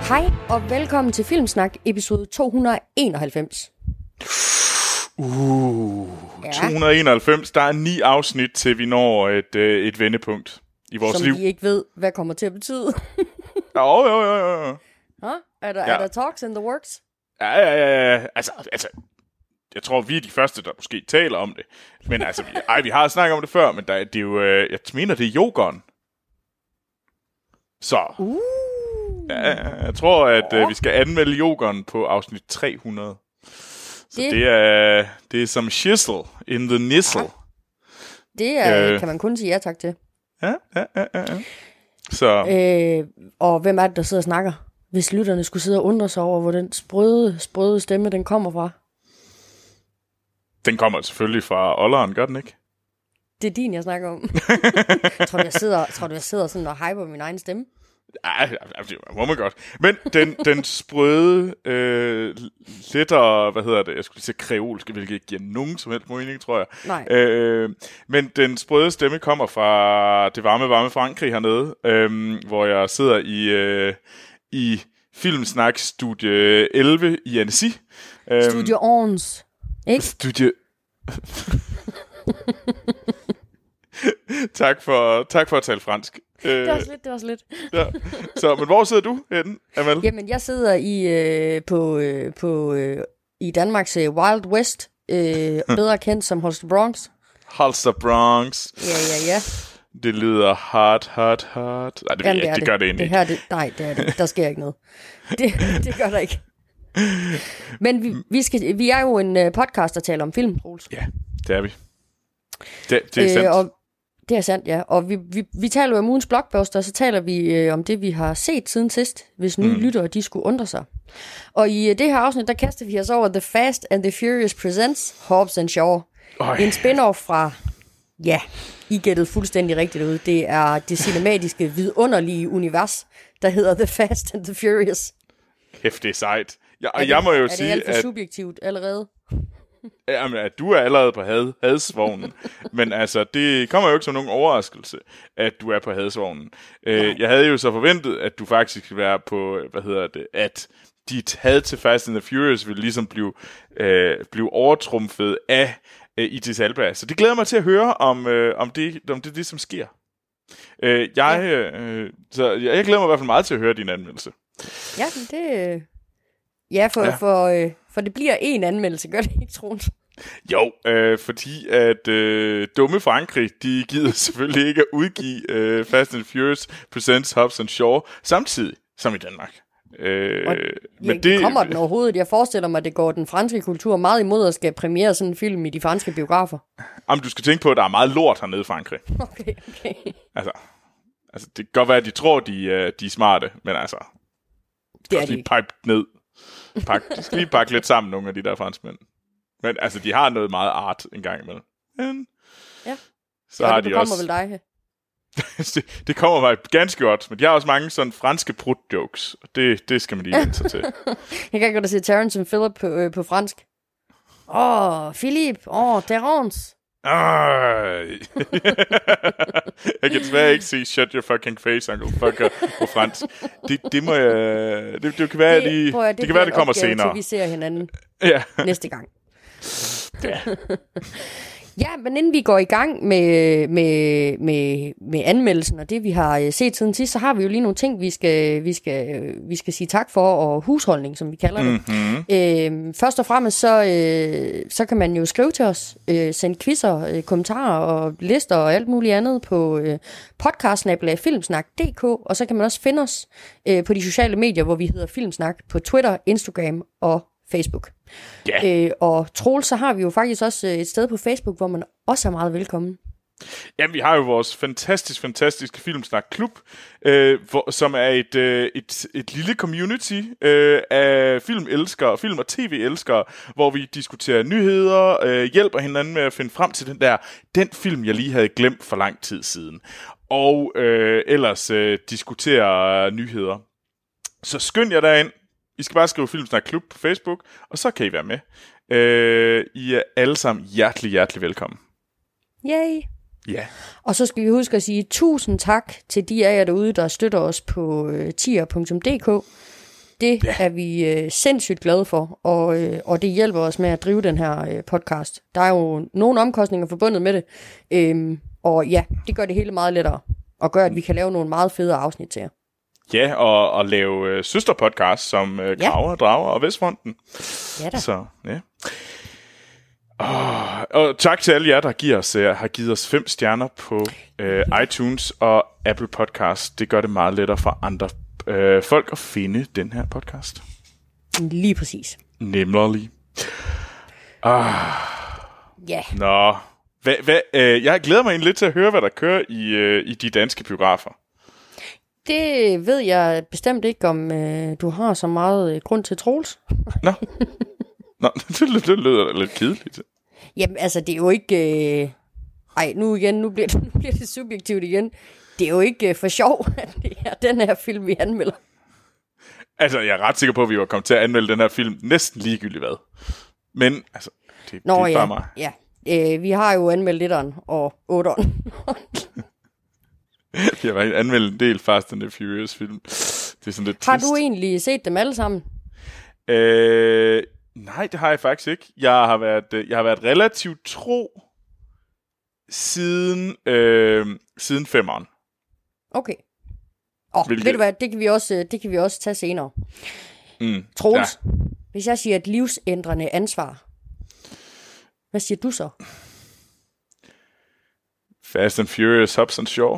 Hej og velkommen til Filmsnak episode 291. 291. Der er 9 afsnit til vi når et vendepunkt i vores liv. Som vi ikke ved, hvad kommer til at betyde. Jo. Er der talks in the works? Ja. Altså, jeg tror, vi er de første, der måske taler om det. Men altså, vi har snakket om det før, men det er jo, jeg mener, det er Jokeren. Så, jeg tror, at vi skal anmelde Jokeren på afsnit 300. Så det er som shizzle in the nizzle. Det er, kan man kun sige ja tak til. Ja. Så. Og hvem er det, der sidder og snakker? Hvis lytterne skulle sidde og undre sig over, hvor den sprøde stemme, den kommer fra. Den kommer selvfølgelig fra Olleren, gør den ikke? Det er din, jeg snakker om. Tror du, jeg sidder sådan og hyper min egen stemme? Ja, det må man godt. Men den sprøde, lettere, jeg skulle lige sige kreolske, hvilket ikke giver nogen som helst mening, tror jeg. Nej. Men den sprøde stemme kommer fra det varme Frankrig hernede, hvor jeg sidder i Filmsnak Studie 11 i Annecy. Studie 11, ikke? Studie... Tak for at tale fransk. Det var så lidt. Ja. Så, men hvor sidder du henne, Amal? Jamen, jeg sidder i Danmarks Wild West, bedre kendt som Holster Bronx. Holster Bronx. Ja. Det lyder hard. Nej, det gør det egentlig ikke. Nej, det er det. Der sker ikke noget. Det gør der ikke. Men vi er jo en podcast, der taler om film, Troels. Ja, det er vi. Det er sandt. Og det er sandt, ja. Og vi taler jo om ugens blockbuster, så taler vi om det, vi har set siden sidst, hvis nye lyttere, de skulle undre sig. Og i det her afsnit, der kaster vi os over The Fast and the Furious Presents Hobbs and Shaw. En spin-off fra, ja, I gættede fuldstændig rigtigt ud. Det er det cinematiske, vidunderlige univers, der hedder The Fast and the Furious. Kæft, det er sejt. Jeg må jo sige, det alt for subjektivt allerede? Jamen, at du er allerede på hadsvognen. Men altså, det kommer jo ikke som nogen overraskelse, at du er på hadsvognen. Jeg havde jo så forventet, at du faktisk ville være på, at dit had til Fast and the Furious ville ligesom blive overtrumfet af Idris Elba. Så det glæder mig til at høre, om det som sker. Så jeg glæder mig i hvert fald meget til at høre din anmeldelse. Ja, det... Ja, for det bliver en anmeldelse, gør det ikke, Troels? Jo, fordi at dumme Frankrig, de gider selvfølgelig ikke at udgive Fast and Furious Presents Hobbs and Shaw samtidig som i Danmark. Men det kommer den overhovedet. Jeg forestiller mig, at det går den franske kultur meget imod at skal premiere sådan en film i de franske biografer. Jamen, du skal tænke på, at der er meget lort hernede i Frankrig. Okay. Altså, det kan godt være, at de tror, de er smarte, men altså... Det er de ikke. Pipe ned. De skal lige pakke lidt sammen, nogle af de der franskmænd. Men altså, de har noget meget art en gang imellem. Men, ja. Så har de også... vel dig. det kommer mig ganske godt, men de har også mange sådan franske prut-jokes. Det skal man lige vende sig til. Jeg kan godt se Terrence and Philip på fransk. Philippe. Terrence. Jeg kan desværre ikke sige shut your fucking face, Uncle Fucker på fransk. Det må jeg... Det kan være, det kan være, det kommer senere. Til vi ser hinanden næste gang. Ja. Ja, men inden vi går i gang med anmeldelsen og det, vi har set siden sidst, så har vi jo lige nogle ting, vi skal sige tak for, og husholdning, som vi kalder det. Mm-hmm. Først og fremmest, så kan man jo skrive til os, sende quizzer, kommentarer og lister og alt muligt andet på podcast@filmsnak.dk, og så kan man også finde os på de sociale medier, hvor vi hedder Filmsnak, på Twitter, Instagram og Facebook. Yeah. Og Troels, så har vi jo faktisk også et sted på Facebook, hvor man også er meget velkommen. Ja, vi har jo vores fantastiske Filmsnak-klub, som er et lille community af filmelskere, film- og tv-elskere, hvor vi diskuterer nyheder, hjælper hinanden med at finde frem til den film, jeg lige havde glemt for lang tid siden. Og ellers diskuterer nyheder. Så skynd jer derind. I skal bare skrive Filmsnak Klub på Facebook, og så kan I være med. I er alle sammen hjertelig velkommen. Yay! Ja. Og så skal vi huske at sige tusind tak til de af jer derude, der støtter os på tier.dk. Det er vi sindssygt glade for, og det hjælper os med at drive den her podcast. Der er jo nogle omkostninger forbundet med det, og ja, det gør det hele meget lettere, og gør, at vi kan lave nogle meget fede afsnit til jer. Ja, og lave søsterpodcast som Krager, Drager og Vestfronten. Ja da. Så, ja. Og tak til alle jer, der har givet os 5 stjerner på iTunes og Apple Podcast. Det gør det meget lettere for andre folk at finde den her podcast. Lige præcis. Nemlig. Ja. Nå. Jeg glæder mig egentlig lidt til at høre, hvad der kører i de danske biografer. Det ved jeg bestemt ikke, om du har så meget grund til, Troels. Nå, det lyder lidt kedeligt. Jamen, altså, det er jo ikke... nu bliver det subjektivt igen. Det er jo ikke for sjov, at det er den her film, vi anmelder. Altså, jeg er ret sikker på, at vi var kommet til at anmelde den her film næsten ligegyldigt hvad. Men, altså, det er bare mig. Ja. Vi har jo anmeldt 1'eren og 8'eren. Vi har anmeldt en del Fast and the Furious film. Det er sådan lidt har trist. du egentlig set dem alle sammen? Nej, det har jeg faktisk ikke. Jeg har været relativt tro siden 5'eren. Okay. Ved du hvad, det kan vi også tage senere. Troels, hvis jeg siger et livsændrende ansvar, hvad siger du så? Fast and Furious, Hobbs and Shaw.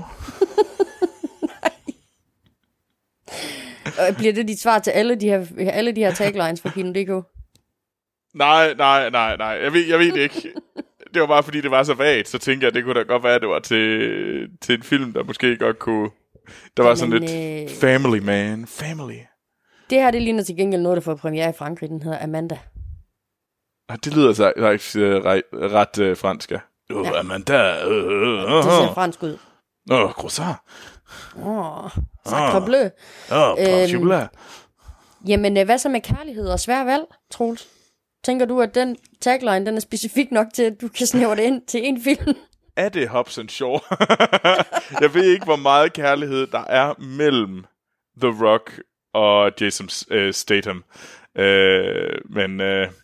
Nej. Bliver det dit svar til alle de her taglines fra Kino.dk? Nej. Jeg ved det ikke. Det var bare fordi, det var så vagt, så tænkte jeg, det kunne da godt være, at det var til en film, der måske godt kunne... Der var sådan lidt family, man. Family. Det her, det ligner til gengæld noget, der får premiere i Frankrig. Den hedder Amanda. Det lyder så ret fransk, ja. Amanda. Det ser fransk ud. Croissant. Sacre bleu. Chocolat. Jamen, hvad så med kærlighed og svær valg, Troels? Tænker du, at den tagline, den er specifik nok til, at du kan snævre det ind til en film? Er det Hobbs and Shaw? Jeg ved ikke, hvor meget kærlighed der er mellem The Rock og Jason Statham. Men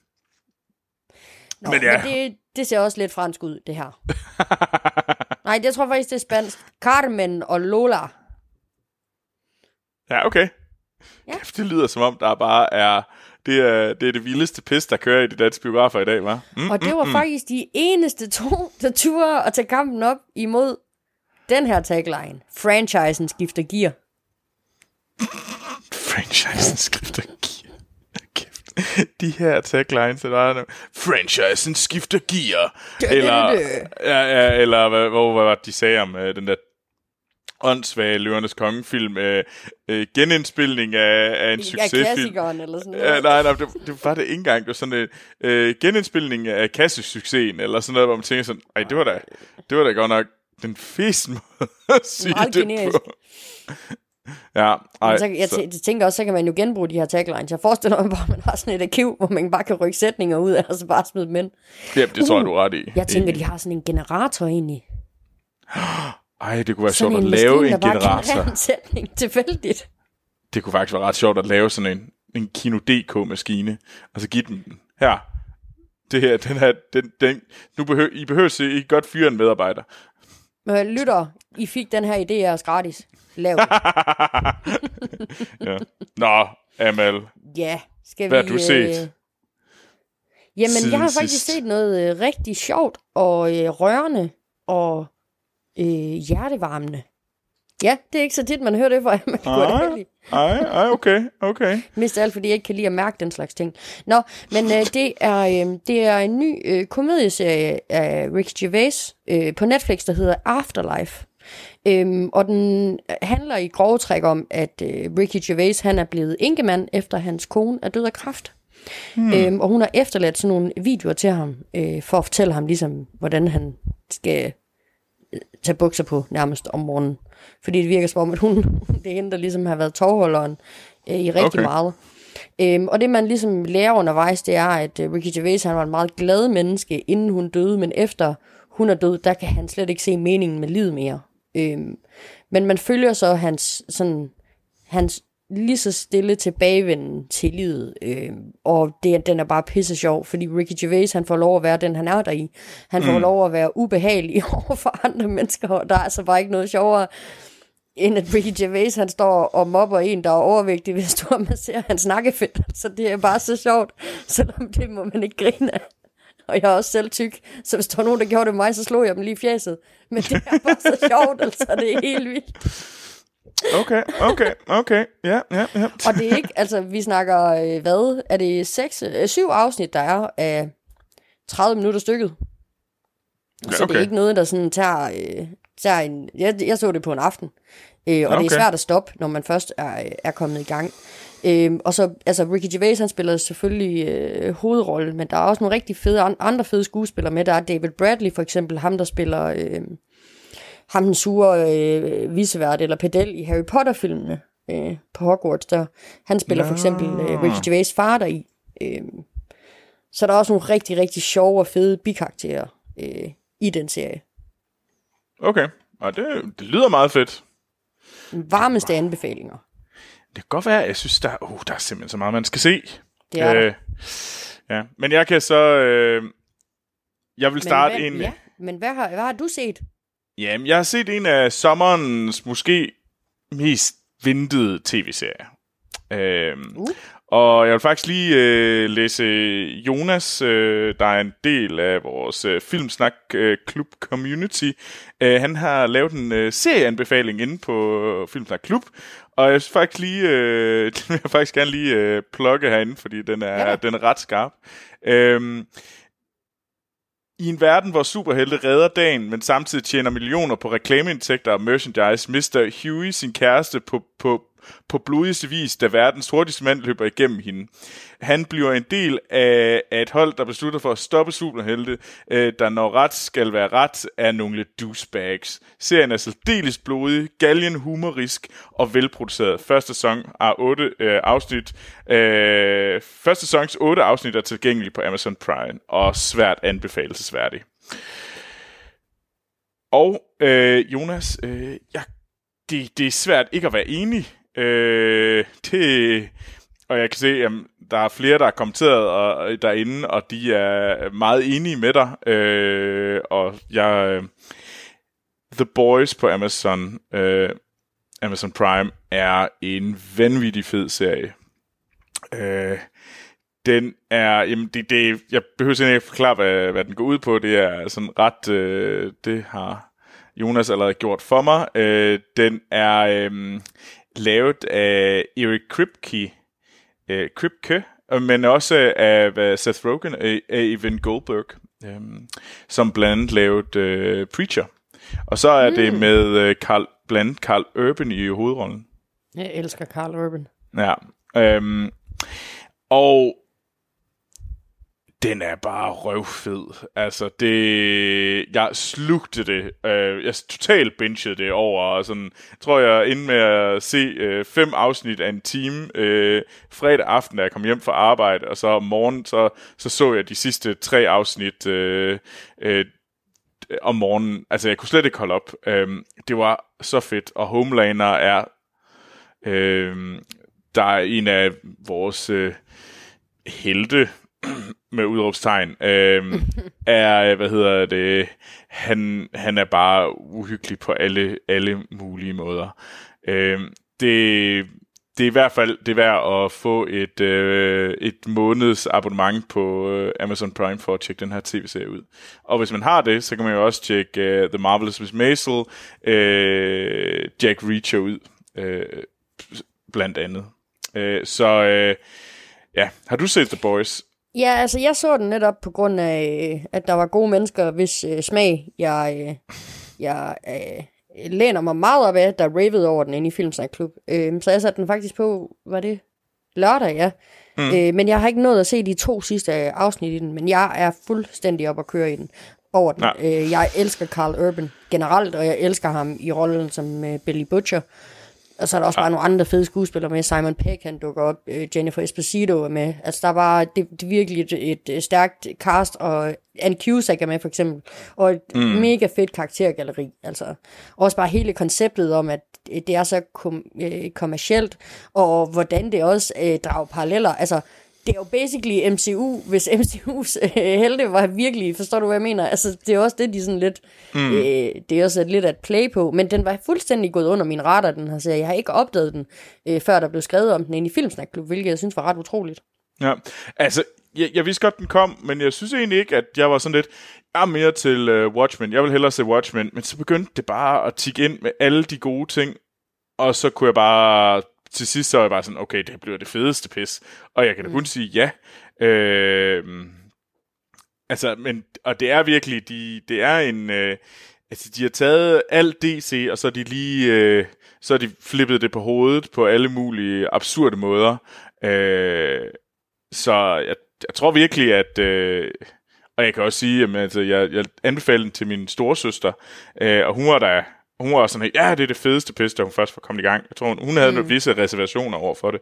ja. Det ser også lidt fransk ud, det her. Nej, jeg tror faktisk, det er spansk. Carmen og Lola. Ja, okay. Ja. Kæft, det lyder som om, der bare er... Det er det vildeste pis, der kører i de danske biografer i dag, hva'? Og det var faktisk de eneste 2, der turde at tage kampen op imod den her tagline. Franchisen skifter gear. Franchisen skifter gear. Kæft. De her taglines, der er franchisen skifter gear. Eller hvad var det, de sagde om den der åndssvage Løvernes Konge-film, genindspilning af en succesfilm. Ja, klassikeren eller sådan noget. Nej, det var det ikke engang. Det var sådan en genindspilning af kassesuccesen, eller sådan noget, hvor man tænker sådan, det var da godt nok den fedeste måde at sige meget det generisk. på. Ja, jeg tænker også, så kan man jo genbruge de her taglines. Jeg forestiller mig bare, at man har sådan et arkiv, hvor man bare kan rykke sætninger ud af, og så bare smide dem ind. Ja, det tror jeg, du er ret i. Jeg tænker, de har sådan en generator egentlig. Det kunne være sjovt at lave en generator. En sætning tilfældigt. Det kunne faktisk være ret sjovt at lave sådan en Kino.dk-maskine, og så give dem her. Det her, den I behøver I godt fyre en medarbejder. Lytter, I fik den her idé af os gratis. Lav det. Ja. Nå, Amal. Ja, skal hvad har du set? Jamen, jeg har faktisk set noget rigtig sjovt og rørende og hjertevarmende. Ja, det er ikke så tit, man hører det fra Amal. Okay. Mest af alt, fordi jeg ikke kan lide at mærke den slags ting. Nå, men det er en ny komedieserie af Ricky Gervais på Netflix, der hedder Afterlife. Og den handler i grove træk om, at Ricky Gervais, han er blevet enkemand, efter hans kone er død af kræft. Og hun har efterladt sådan nogle videoer til ham, for at fortælle ham ligesom, hvordan han skal tage bukser på nærmest om morgenen. Fordi det virker som om, at det er hende, der ligesom har været tovholderen i rigtig meget. Og det man ligesom lærer undervejs, det er, at Ricky Gervais, han var en meget glad menneske, inden hun døde, men efter hun er død, der kan han slet ikke se meningen med livet mere. Men man følger så hans lige så stille tilbagevenden til livet. Og den er bare pisse sjov, fordi Ricky Gervais, han får lov at være den, han er der i. Han får lov at være ubehagelig over for andre mennesker, og der er altså bare ikke noget sjovere, end at Ricky Gervais, han står og mobber en, der er overvægtig, hvis du har masseret hans nakkefedt. Så det er bare så sjovt, selvom det må man ikke grine af. Og jeg er også selv tyk, så hvis der var nogen, der gjorde det med mig, så slog jeg dem lige i fjeset. Men det er bare så sjovt, altså det er helt vildt. Okay, ja. Og det er ikke, altså vi snakker, hvad, er det 7 afsnit, der er af 30 minutter stykket. Så det er ikke noget, der sådan tager en, jeg så det på en aften. Og det er svært at stoppe, når man først er kommet i gang. Og så, altså Ricky Gervais, han spiller selvfølgelig hovedrolle, men der er også nogle rigtig fede, andre fede skuespillere med. Der er David Bradley for eksempel, ham der spiller ham den sure vicevært eller pedel i Harry Potter-filmene på Hogwarts. Der. Han spiller for eksempel Ricky Gervais' far deri. Så der er også nogle rigtig, rigtig sjove og fede bikarakterer i den serie. Okay, og det lyder meget fedt. Varmeste anbefalinger. Det kan godt være, jeg synes, der er simpelthen så meget, man skal se. Det er der. Ja. Men jeg kan så... jeg vil starte en... Ja, men hvad har du set? Jamen, jeg har set en af sommerens måske mest ventede tv-serier. Og jeg vil faktisk lige læse Jonas, der er en del af vores Filmsnak Klub Community. Han har lavet en serieanbefaling inde på Filmsnak Klub, og jeg vil faktisk gerne lige plukke herinde, fordi den er ret skarp. I en verden, hvor superhelte redder dagen, men samtidig tjener millioner på reklameindtægter og merchandise, mister Huey sin kæreste på blodigste vis, da verdens hurtigste mand løber igennem hende. Han bliver en del af et hold, der beslutter for at stoppe superhelte, der når ret skal være ret, er nogle douchebags. Serien er særdeles blodig, galgen humorisk og velproduceret. Første sæson er 8 afsnit. Første sæsons 8 afsnit er tilgængelig på Amazon Prime, og svært anbefalesværdig. Og Jonas, det er svært ikke at være enig. Og jeg kan se, at der er flere, der har kommenteret derinde, og de er meget enige med dig. Og The Boys på Amazon Prime er en vanvittig fed serie. Den er, jamen jeg behøver simpelthen ikke forklare, hvad den går ud på. Det er sådan ret, det har Jonas allerede gjort for mig. Den er lavet af Eric Kripke, men også af Seth Rogen af Evan Goldberg, som blandt andet lavede Preacher. Og så er det med Carl Urban i hovedrollen. Jeg elsker Carl Urban. Ja. Og den er bare røvfed. Altså, jeg slugte det. Jeg totalt bingede det over. Og sådan, tror jeg, inden med at se 5 afsnit af en time fredag aften, da jeg kom hjem fra arbejde, og så om morgenen, så jeg de sidste 3 afsnit om morgenen. Altså, jeg kunne slet ikke holde op. Det var så fedt. Og Homelander er der er en af vores helte med udråbstegn, er, han er bare uhyggelig på alle mulige måder. Det er i hvert fald det er værd at få et måneds abonnement på Amazon Prime for at tjekke den her tv-serie ud. Og hvis man har det, så kan man jo også tjekke The Marvelous Miss Maisel, Jack Reacher ud, blandt andet. Ja, har du set The Boys? Ja, altså jeg så den netop på grund af, at der var gode mennesker, hvis smag jeg læner mig meget op af, der ravede over den inde i Filmsnak Klub. Så jeg satte den faktisk på, var det lørdag, ja. Men jeg har ikke nået at se de 2 sidste afsnit i den, men jeg er fuldstændig op at køre i den over den. Ja. Jeg elsker Carl Urban generelt, og jeg elsker ham i rollen som Billy Butcher. Og så er der også bare nogle andre fede skuespillere med. Simon Pegg, han dukker op. Jennifer Esposito er med. Altså, der er bare det er virkelig et stærkt cast, og Anne Cusack er med, for eksempel. Og et mega fedt karaktergalleri. Altså, også bare hele konceptet om, at det er så kommercielt, og hvordan det også drager paralleller. Altså, det er jo basically MCU, hvis MCU's helte var virkelig, forstår du, hvad jeg mener? Altså, det er også det, de sådan lidt, det er også lidt at play på, men den var fuldstændig gået under min radar, den her serie. Jeg har ikke opdaget den, før der blev skrevet om den inde i Filmsnak-klub, hvilket jeg synes var ret utroligt. Ja, altså, jeg vidste godt, den kom, men jeg synes egentlig ikke, at jeg var sådan lidt, jeg er mere til Watchmen, jeg vil hellere se Watchmen, men så begyndte det bare at tikke ind med alle de gode ting, og så kunne jeg bare... Til sidst så var jeg bare sådan, okay, det bliver det fedeste pis. Og jeg kan da kun sige ja. Altså, men, og det er virkelig, det er en... altså, de har taget alt DC, og så er de lige... så har de flippet det på hovedet på alle mulige absurde måder. Så jeg tror virkelig, at... og jeg kan også sige, at altså, jeg anbefaler den til min storesøster, og hun var sådan, ja, det er det fedeste pis, da hun først var kommet i gang. Jeg tror, hun havde nogle visse reservationer over for det.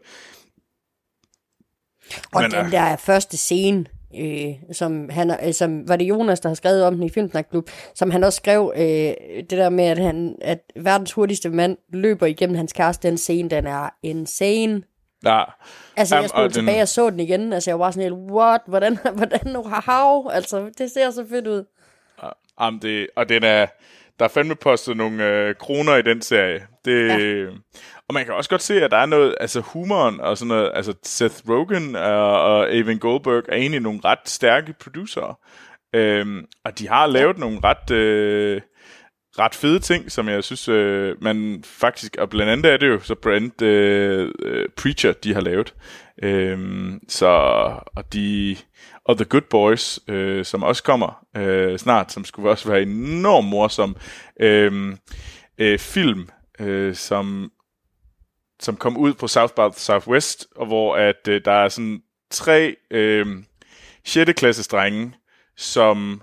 Og men, den der første scene, som var det Jonas, der har skrevet om den i Filmsnak-klub, som han også skrev, det der med, at verdens hurtigste mand løber igennem hans kæreste, den scene, den er insane. Ja. Altså, jeg spurgte tilbage og så den igen, altså jeg var sådan helt, what? Hvordan nu har altså, det ser så fedt ud. Og den er... Der er fandme postet nogle kroner i den serie. Og man kan også godt se, at der er noget, altså humoren og sådan noget, altså Seth Rogen og Evan Goldberg er egentlig nogle ret stærke producerer. Og de har lavet nogle ret fede ting, som jeg synes, man faktisk, og blandt andet er det jo så Brent Preacher, de har lavet. Og The Good Boys, som også kommer snart, som skulle også være enormt morsom film, som kom ud på South by Southwest, og hvor at der er sådan 3 6. klasses drenge, som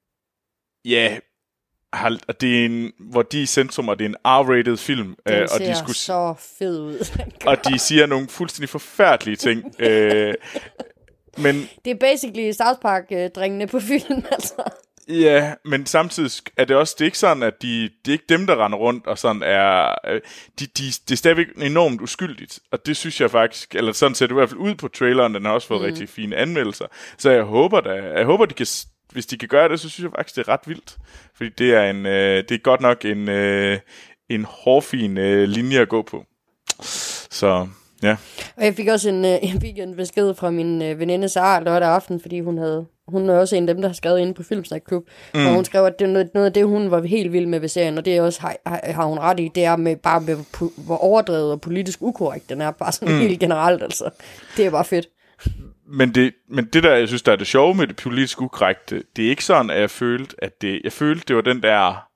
og det er hvor de er i centrum, og det er en R-rated film. Den og ser de skulle, så fed ud. Og de siger nogle fuldstændig forfærdelige ting. Men det er basically South Park-drengene på filmen, altså. Ja, men samtidig er det også, det er ikke sådan, at det er ikke dem, der render rundt, og sådan er, det er stadigvæk enormt uskyldigt, og det synes jeg faktisk, eller sådan ser det i hvert fald ud på traileren, den har også fået rigtig fine anmeldelser, så jeg håber, de kan, hvis de kan gøre det, så synes jeg faktisk, det er ret vildt, fordi det er godt nok en hårfin linje at gå på, så... Ja. Og jeg fik også en besked fra min veninde Sara lørdag aften, fordi hun er også en af dem, der har skrevet inde på Filmsnak-klub, og hun skrev, at det er noget af det, hun var helt vild med ved serien, og det er også har hun ret i, det er med hvor overdrevet og politisk ukorrekt den er, bare sådan helt generelt, altså. Det er bare fedt. Men det der, jeg synes, der er det sjove med det politisk ukorrekte, det er ikke sådan, at jeg følte, det var den der...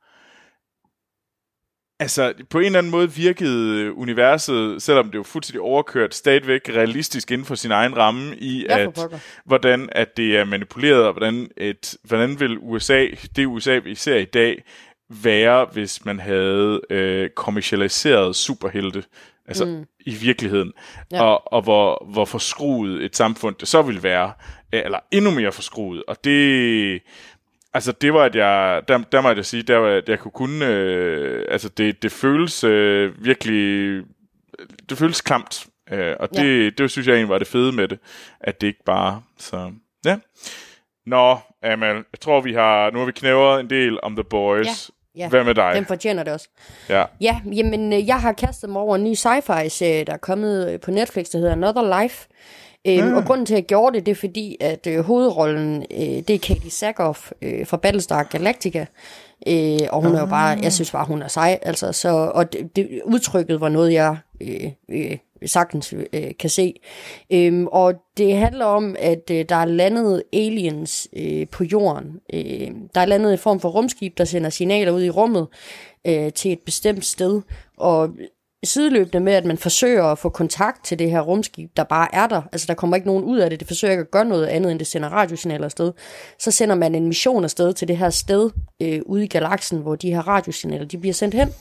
Altså, på en eller anden måde virkede universet, selvom det var fuldstændig overkørt, stadigvæk realistisk inden for sin egen ramme i, hvordan at det er manipuleret, og hvordan vil USA, vi ser i dag, være, hvis man havde kommercialiseret superhelte, altså i virkeligheden, og hvor forskruet et samfund det så ville være, eller endnu mere forskruet, og det... Altså det var, at der må jeg sige, at jeg kunne kun, altså det føles virkelig, det føles klamt, og det synes jeg egentlig var det fede med det, at det ikke bare, så ja. Nå, Amal, jeg tror nu har vi knævret en del om The Boys. Ja. Hvad med dig? Den fortjener det også. Ja, jamen jeg har kastet mig over en ny sci-fi-serie, der er kommet på Netflix, der hedder Another Life. Og grunden til, at jeg gjorde det er fordi, at hovedrollen, det er Katie Sackhoff fra Battlestar Galactica. Og hun er jo bare, jeg synes bare, hun er sej. Altså, så, og det udtrykket var noget, jeg sagtens kan se. Og det handler om, at der er landet aliens på jorden. Der er landet en form for rumskib, der sender signaler ud i rummet til et bestemt sted. Og sideløbende med, at man forsøger at få kontakt til det her rumskib, der bare er der. Altså, der kommer ikke nogen ud af det. Det forsøger ikke at gøre noget andet, end det sender radiosignaler afsted. Så sender man en mission afsted til det her sted ude i galaksen, hvor de her radiosignaler, de bliver sendt hen.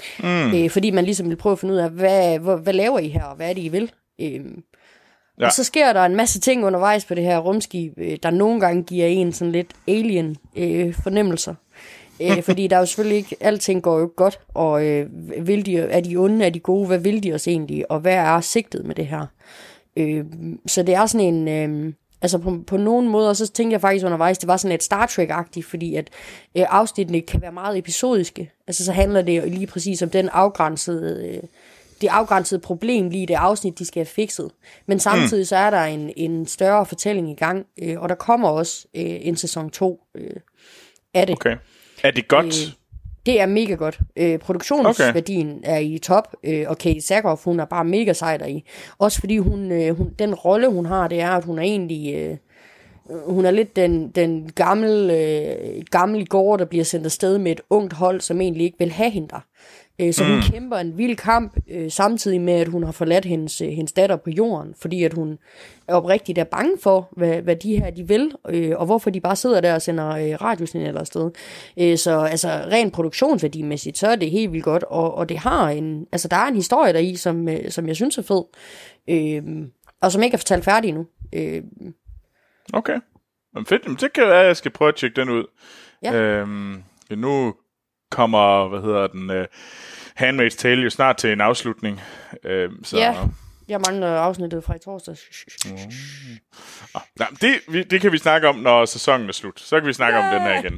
Fordi man ligesom vil prøve at finde ud af, hvad laver I her, og hvad er det, I vil? Ja. Og så sker der en masse ting undervejs på det her rumskib, der nogle gange giver en sådan lidt alien fornemmelser. Fordi der er jo selvfølgelig ikke, alting går jo godt, og er de onde, er de gode, hvad vil de os egentlig, og hvad er sigtet med det her? Så det er sådan en, altså på nogle måder, så tænkte jeg faktisk undervejs, det var sådan et Star Trek-agtigt, fordi at afsnittene kan være meget episodiske. Altså så handler det lige præcis om det afgrænsede problem lige i det afsnit, de skal have fikset. Men samtidig så er der en større fortælling i gang, og der kommer også en sæson 2 af det. Okay. Er det godt? Det er mega godt. Produktionsværdien er i top, og Katee Sackhoff, hun er bare mega sej deri. Også fordi den rolle, hun har, det er, at hun er egentlig... hun er lidt den gamle i går, der bliver sendt afsted med et ungt hold, som egentlig ikke vil have hende der. Så hun kæmper en vild kamp, samtidig med, at hun har forladt hendes datter på jorden, fordi at hun er oprigtigt er bange for, hvad de her de vil, og hvorfor de bare sidder der og sender radiosignaler afsted. Så altså rent produktionsværdimæssigt, så er det helt vildt godt, og det har der er en historie deri, som jeg synes er fed, og som ikke er fortalt færdig endnu. Okay. Men fedt, men det kan være, at jeg skal prøve at tjekke den ud. Ja. Nu kommer, Handmaid's Tale jo snart til en afslutning. Så... Ja, jeg mangler afsnittet fra i torsdag. Det kan vi snakke om, når sæsonen er slut. Så kan vi snakke om den her igen.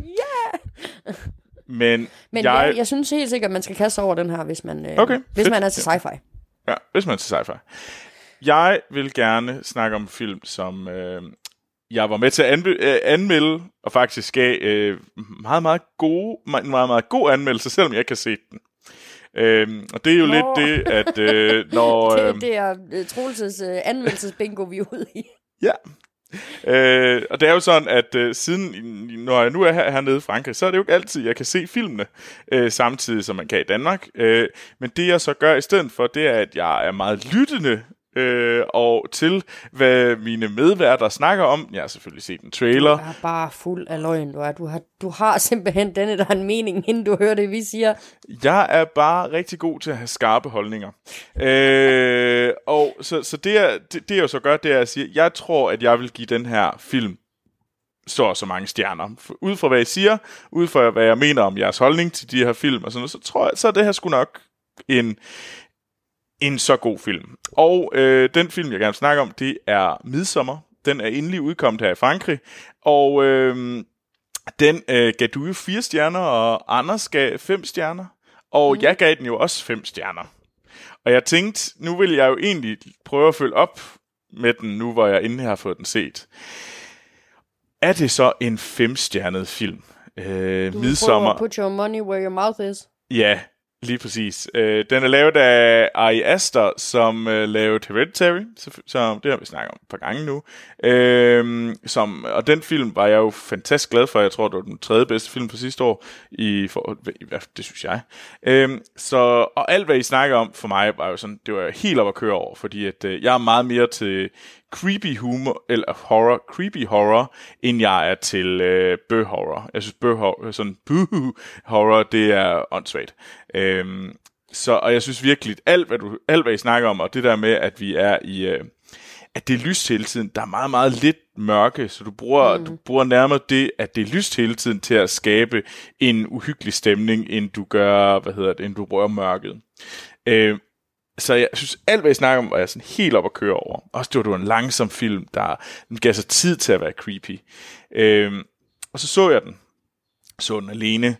Men jeg synes helt sikkert, at man skal kaste sig over den her, hvis man er til sci-fi. Ja, hvis man er til sci-fi. Jeg vil gerne snakke om en film, som... jeg var med til at anmelde, og faktisk gav meget, meget god anmeldelse, selvom jeg ikke har set den. Og det er jo lidt det, at når... det er Troelses anmeldelsesbingo, vi er ude i. Ja. Og det er jo sådan, at siden, når jeg nu er hernede i Frankrig, så er det jo ikke altid, jeg kan se filmene samtidig, som man kan i Danmark. Men det jeg så gør i stedet for, det er, at jeg er meget lyttende og til, hvad mine medværter snakker om. Jeg har selvfølgelig set en trailer. Du er bare fuld af løgn, du har simpelthen denne, der har en mening, inden du hører det, vi siger. Jeg er bare rigtig god til at have skarpe holdninger. Og så det jeg så gør, det er at sige, jeg tror, at jeg vil give den her film så mange stjerner. Ud fra hvad jeg siger, ud fra hvad jeg mener om jeres holdning til de her film, og sådan noget, så tror jeg, så er det her sgu nok en så god film. Og den film, jeg gerne vil snakke om, det er Midsommar. Den er endelig udkommet her i Frankrig. Og den gav du jo 4 stjerner, og Anders gav 5 stjerner. Og jeg gav den jo også 5 stjerner. Og jeg tænkte, nu vil jeg jo egentlig prøve at følge op med den, nu hvor jeg endelig har fået den set. Er det så en 5-stjernet film? Midsommar. Du put your money where your mouth is. Ja, lige præcis. Den er lavet af Ari Aster, som lavede Hereditary, så det har vi snakket om et par gange nu. Og den film var jeg jo fantastisk glad for. Jeg tror, det var den 3. bedste film for sidste år. Det synes jeg. Og alt, hvad I snakker om for mig, var jo sådan, det var helt op at køre over, fordi at, jeg er meget mere til creepy humor, eller creepy horror, end jeg er til bøh-horror. Jeg synes, bøh-horror, det er åndssvagt. Og jeg synes virkelig, alt hvad I snakker om, og det der med, at vi er i... at det er lyst hele tiden. Der er meget, meget lidt mørke, så du bruger nærmere det, at det er lyst hele tiden til at skabe en uhyggelig stemning, end du gør, end du bruger mørket. Så jeg synes, alt hvad jeg snakker om, var jeg sådan helt op at køre over. Også det var en langsom film, der gav sig tid til at være creepy. Og så jeg den. Så den alene.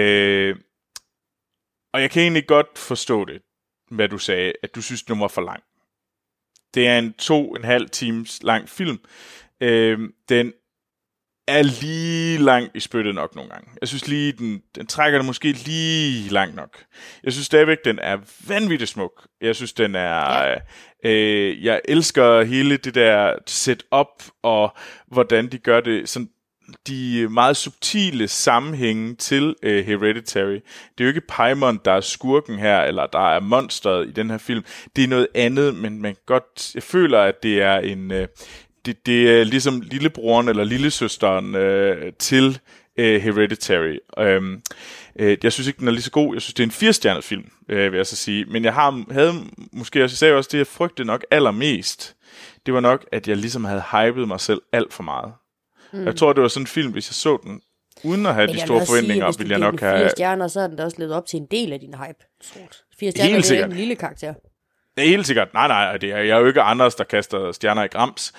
Og jeg kan egentlig godt forstå det, hvad du sagde, at du synes, den var for lang. Det er en 2,5 times lang film. Den er lige langt i spyttet nok nogle gange. Jeg synes lige, den trækker det måske lige langt nok. Jeg synes stadigvæk, den er vanvittigt smuk. Jeg synes, den er... jeg elsker hele det der setup, og hvordan de gør det, sådan de meget subtile sammenhænge til Hereditary. Det er jo ikke Paimon, der er skurken her, eller der er monsteret i den her film. Det er noget andet, men jeg føler, at det er det er ligesom lillebroren eller lillesøsteren til Hereditary. Jeg synes ikke, den er lige så god. Jeg synes, det er en 4-stjernet film, vil jeg så sige. Men jeg havde måske også, jeg sagde også, det jeg frygtede nok allermest, det var nok, at jeg ligesom havde hypet mig selv alt for meget. Jeg tror, det var sådan en film, hvis jeg så den, uden at have de store forventninger, ville jeg nok have... 4 stjerner, så er den da også levet op til en del af din hype. 4 stjerner, det er en lille karakter. Det er helt sikkert. Nej, det er jeg er jo ikke Anders, der kaster stjerner i grams.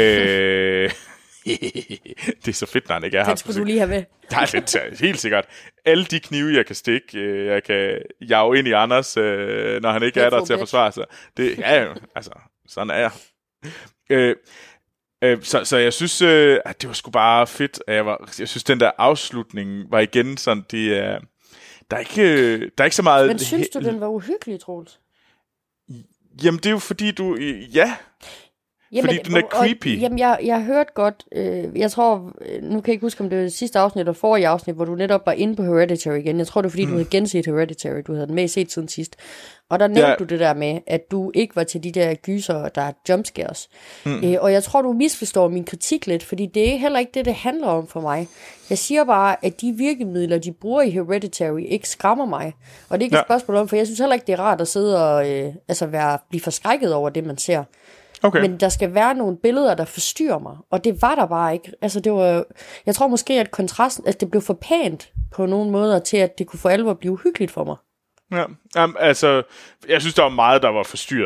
Det er så fedt, når han ikke er her. Det skulle du lige have med. Nej, det er helt sikkert. Alle de knive, jeg kan stikke, jeg kan jage ind i Anders, når han ikke er der til at forsvare sig. Det er jo, altså, sådan er jeg. Så jeg synes, at det var sgu bare fedt. Jeg synes, den der afslutning var igen sådan, det er... Der er ikke så meget... Men synes du, den var uhyggelig, Troels? Jamen, det er jo fordi, du... Ja... Jamen, fordi den er creepy. Jamen, jeg hørte godt, jeg tror, nu kan jeg ikke huske, om det var det sidste afsnit eller forrige afsnit, hvor du netop var inde på Hereditary igen. Jeg tror, det var fordi, du havde genset Hereditary. Du havde den med set siden sidst. Og der nævnte du det der med, at du ikke var til de der gyser, der er jumpscares. Og jeg tror, du misforstår min kritik lidt, fordi det er heller ikke det handler om for mig. Jeg siger bare, at de virkemidler, de bruger i Hereditary, ikke skræmmer mig. Og det er ikke et spørgsmål om, for jeg synes heller ikke, det er rart at sidde og blive forskrækket over det, man ser. Okay. Men der skal være nogle billeder, der forstyrrer mig, og det var der bare ikke. Altså, det var, jeg tror måske, at kontrasten, altså det blev for pænt på nogle måder til, at det kunne for alvor blive uhyggeligt for mig. Ja, altså, jeg synes, der var meget, der var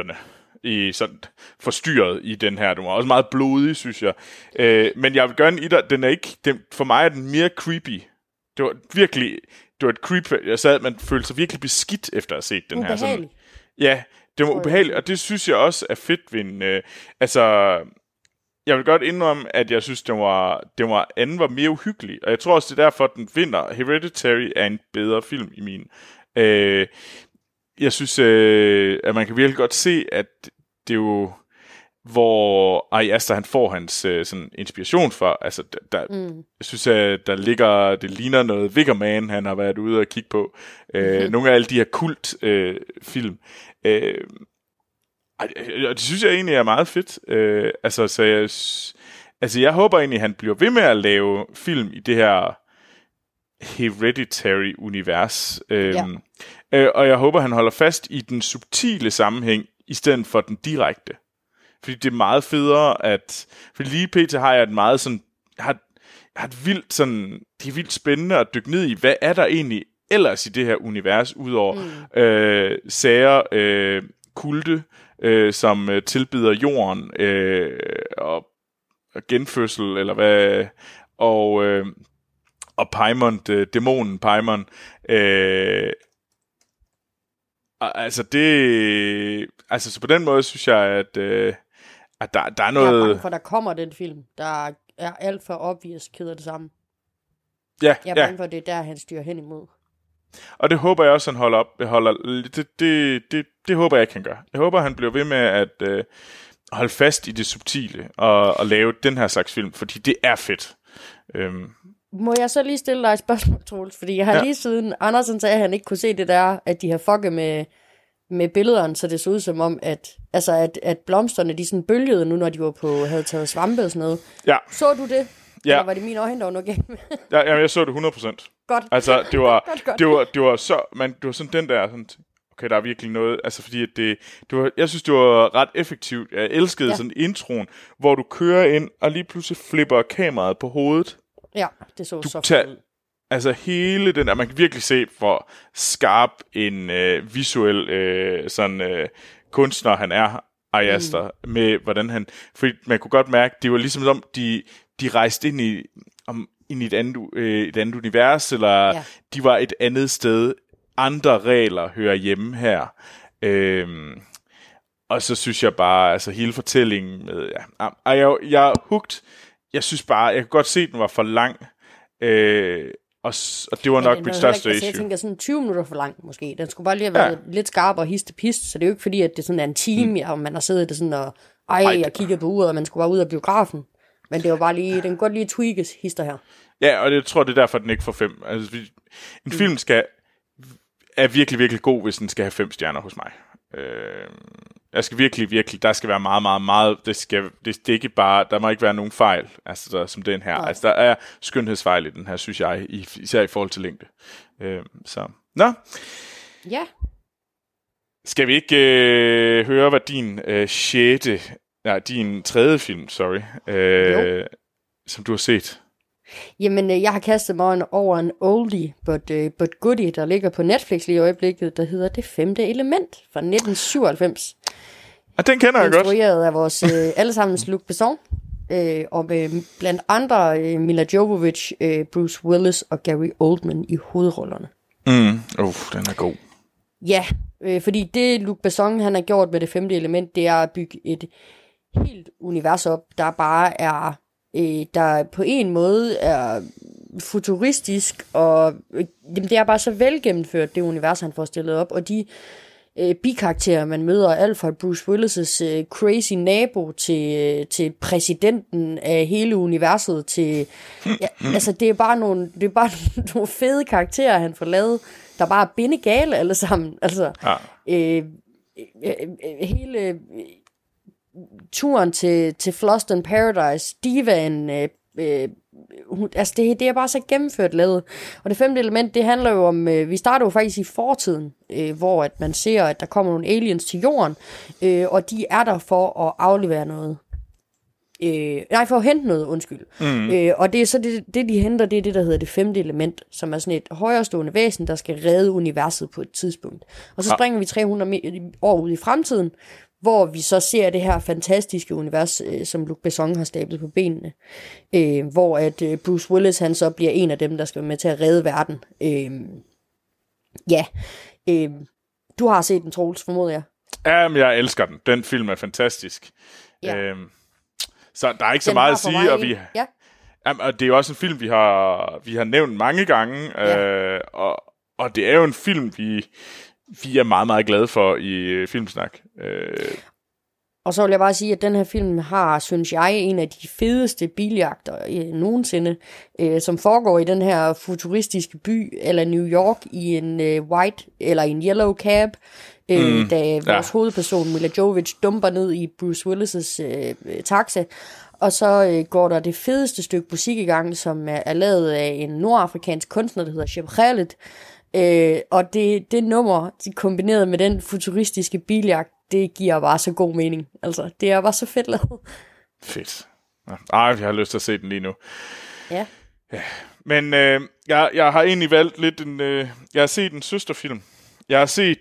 forstyrret i den her. Den var også meget blodig, synes jeg. Men jeg vil gerne i dig, for mig er den mere creepy. Det var et creep, man følte sig virkelig beskidt efter at have set den her. Sådan, ja, det var ubehageligt, og det synes jeg også er fedt ved en... jeg vil godt indrømme, at jeg synes, anden var mere uhyggelig, og jeg tror også, det er derfor, at den vinder. Hereditary er en bedre film i min. Jeg synes, at man kan virkelig godt se, at det er jo... hvor Ari Aster, han får hans sådan inspiration for. Altså, jeg synes, at det ligner noget Wickerman, han har været ude og kigge på. Nogle af alle de her kult-film. Og det synes jeg egentlig er meget fedt. Jeg håber egentlig, at han bliver ved med at lave film i det her Hereditary-univers. Og jeg håber, han holder fast i den subtile sammenhæng, i stedet for den direkte. Fordi det er meget federe, fordi lige pt. Har jeg et meget sådan... har et vildt sådan... Det er vildt spændende at dykke ned i, hvad er der egentlig ellers i det her univers, udover sager, kulte, som tilbyder jorden, og genfødsel, eller hvad... Og Paimon, dæmonen Paimon. Så på den måde synes jeg, at der er noget... Jeg er bange for, der kommer den film, der er alt for obvious keder det samme. Ja, jeg er bange for, at det er der, han styrer hen imod. Og det håber jeg også, han holder op. Det håber jeg ikke, han gør. Jeg håber, han bliver ved med at holde fast i det subtile og lave den her slags film, fordi det er fedt. Må jeg så lige stille dig et spørgsmål, Troels? Fordi jeg har lige siden Andersen sagde, at han ikke kunne se det der, at de har fucket med billederne, så det så ud som om, at blomsterne, de sådan bølgede nu, når de havde taget svampe og sådan noget. Ja. Så du det? Ja. Eller var det mine øjne, der var noget galt med? Ja, jeg så det 100%. Godt. Altså, det var sådan den der, sådan, okay, der er virkelig noget, altså fordi at jeg synes, det var ret effektivt. Jeg elskede sådan introen, hvor du kører ind, og lige pludselig flipper kameraet på hovedet. Ja, det så fedt ud. Altså hele den der, man kan virkelig se, hvor skarp en visuel kunstner han er, Ari Aster, med hvordan han... Fordi man kunne godt mærke, det var ligesom som de rejste ind i et andet univers, eller de var et andet sted. Andre regler hører hjemme her. Og så synes jeg bare, altså hele fortællingen med... Jeg er hooked. Jeg synes bare, jeg kan godt se, at den var for lang. Og det var nok mit største issue. Jeg tænker sådan 20 minutter for lang, måske. Den skulle bare lige have været lidt skarpere og hist-pist, så det er jo ikke fordi, at det sådan er en time, og man har siddet det sådan og jeg kiggede på uret, og man skulle bare ud af biografen. Men det var bare lige, den kunne godt lige tweakes hister her. Ja, og jeg tror, det er derfor, den ikke får 5. Altså, en film er virkelig, virkelig god, hvis den skal have 5 stjerner hos mig. Jeg skal virkelig, der skal være meget, meget, meget, det er ikke bare, der må ikke være nogen fejl, altså der, som den her. Nej. Altså der er skønhedsfejl i den her, synes jeg, især i forhold til længde. Så, nå. Ja. Skal vi ikke høre, hvad din tredje film, som du har set? Jamen, jeg har kastet mig over en oldie, but goodie, der ligger på Netflix lige i øjeblikket, der hedder Det Femte Element fra 1997. Og den kender jeg godt. Instrueret af vores allesammens Luc Besson, og med blandt andre Mila Jovovich, Bruce Willis og Gary Oldman i hovedrollerne. Den er god. Ja, fordi det Luc Besson, han har gjort med Det Femte Element, det er at bygge et helt univers op, der bare er der på en måde er futuristisk, og det er bare så velgennemført, det univers, han får stillet op, og de bikarakterer, man møder, alt fra Bruce Willis' crazy nabo til præsidenten af hele universet, til altså det er bare nogle fede karakterer, han får lavet, der bare er bindegale alle sammen, altså hele turen til Flusten Paradise, divaen, altså det er bare så gennemført lavet. Og Det Femte Element, det handler jo om, vi starter jo faktisk i fortiden, hvor at man ser, at der kommer nogle aliens til jorden, og de er der for at aflevere noget. For at hente noget, undskyld. Og det er så det, de henter, det er det, der hedder Det Femte Element, som er sådan et højerestående væsen, der skal redde universet på et tidspunkt. Og så springer vi 300 år ud i fremtiden, hvor vi så ser det her fantastiske univers, som Luc Besson har stablet på benene. Hvor at Bruce Willis, han så bliver en af dem, der skal være med til at redde verden. Du har set den, Troels, formoder jeg. Jamen, jeg elsker den. Den film er fantastisk. Ja. Så der er ikke så meget at sige, og og det er jo også en film, vi har nævnt mange gange, og det er jo en film, vi er meget, meget glade for i Filmsnak. Og så vil jeg bare sige, at den her film har, synes jeg, en af de fedeste biljagter nogensinde, som foregår i den her futuristiske by, eller New York, i en white, eller en yellow cab, da vores hovedperson, Mila Jovovich, dumper ned i Bruce Willis' taxa, og så går der det fedeste stykke musik i gang, som er lavet af en nordafrikansk kunstner, der hedder Shep Khaled. Og det nummer, kombineret med den futuristiske biljagt, det giver bare så god mening. Altså, det er bare så fedt lavet. Fedt. Jeg har lyst til at se den lige nu. Ja. Men jeg har egentlig valgt lidt jeg har set en søsterfilm. Jeg har set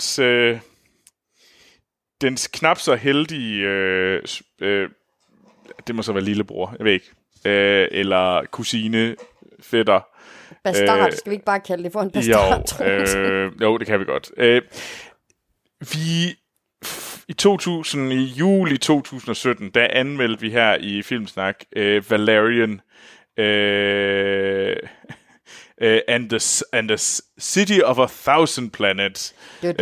dens knap så heldige det må så være lillebror, jeg ved ikke. Eller kusine, fætter. Bastard, skal vi ikke bare kalde det for en bastard? Jo, det kan vi godt. I juli 2017, der anmeldte vi her i Filmsnak Valerian and the City of a Thousand Planets.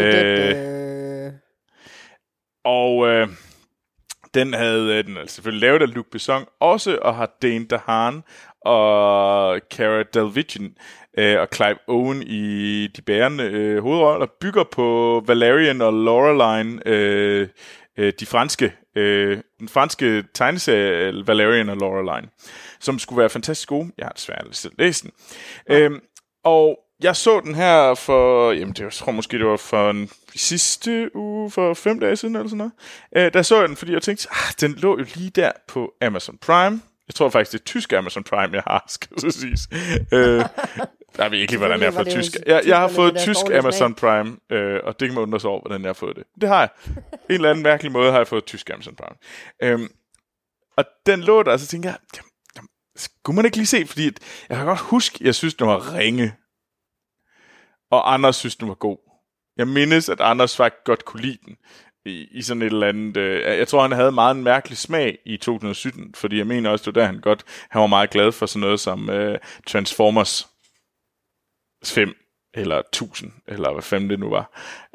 Og den havde den selvfølgelig lavet af Luc Besson også, og har Dane DeHaan og Cara Delevingne og Clive Owen i de bærende hovedroller, bygger på Valerian og Laureline, den franske tegneserie Valerian og Laureline, som skulle være fantastisk gode. Jeg har desværre læst den. Og jeg så den her for, jeg tror måske det var for sidste uge, for 5 dage siden eller sådan noget. Der så jeg den, fordi jeg tænkte, den lå jo lige der på Amazon Prime. Jeg tror faktisk, det er tysk Amazon Prime, jeg har, skal så siges. Jeg ved ikke, hvordan jeg har fået tysk. Jeg har fået tysk Amazon Prime, og det kan man undre sig over, hvordan jeg har fået det. Det har jeg. En eller anden mærkelig måde har jeg fået tysk Amazon Prime. Og den lå der, og så tænkte jeg, skulle man ikke lige se, fordi jeg kan godt huske, jeg synes, den var ringe. Og Anders synes, den var god. Jeg mindes, at Anders faktisk godt kunne lide den. I sådan et eller andet. Jeg tror, han havde meget en mærkelig smag i 2017, fordi jeg mener også, det var der, han var meget glad for sådan noget som Transformers 5 eller 1000, eller hvad fanden det nu var.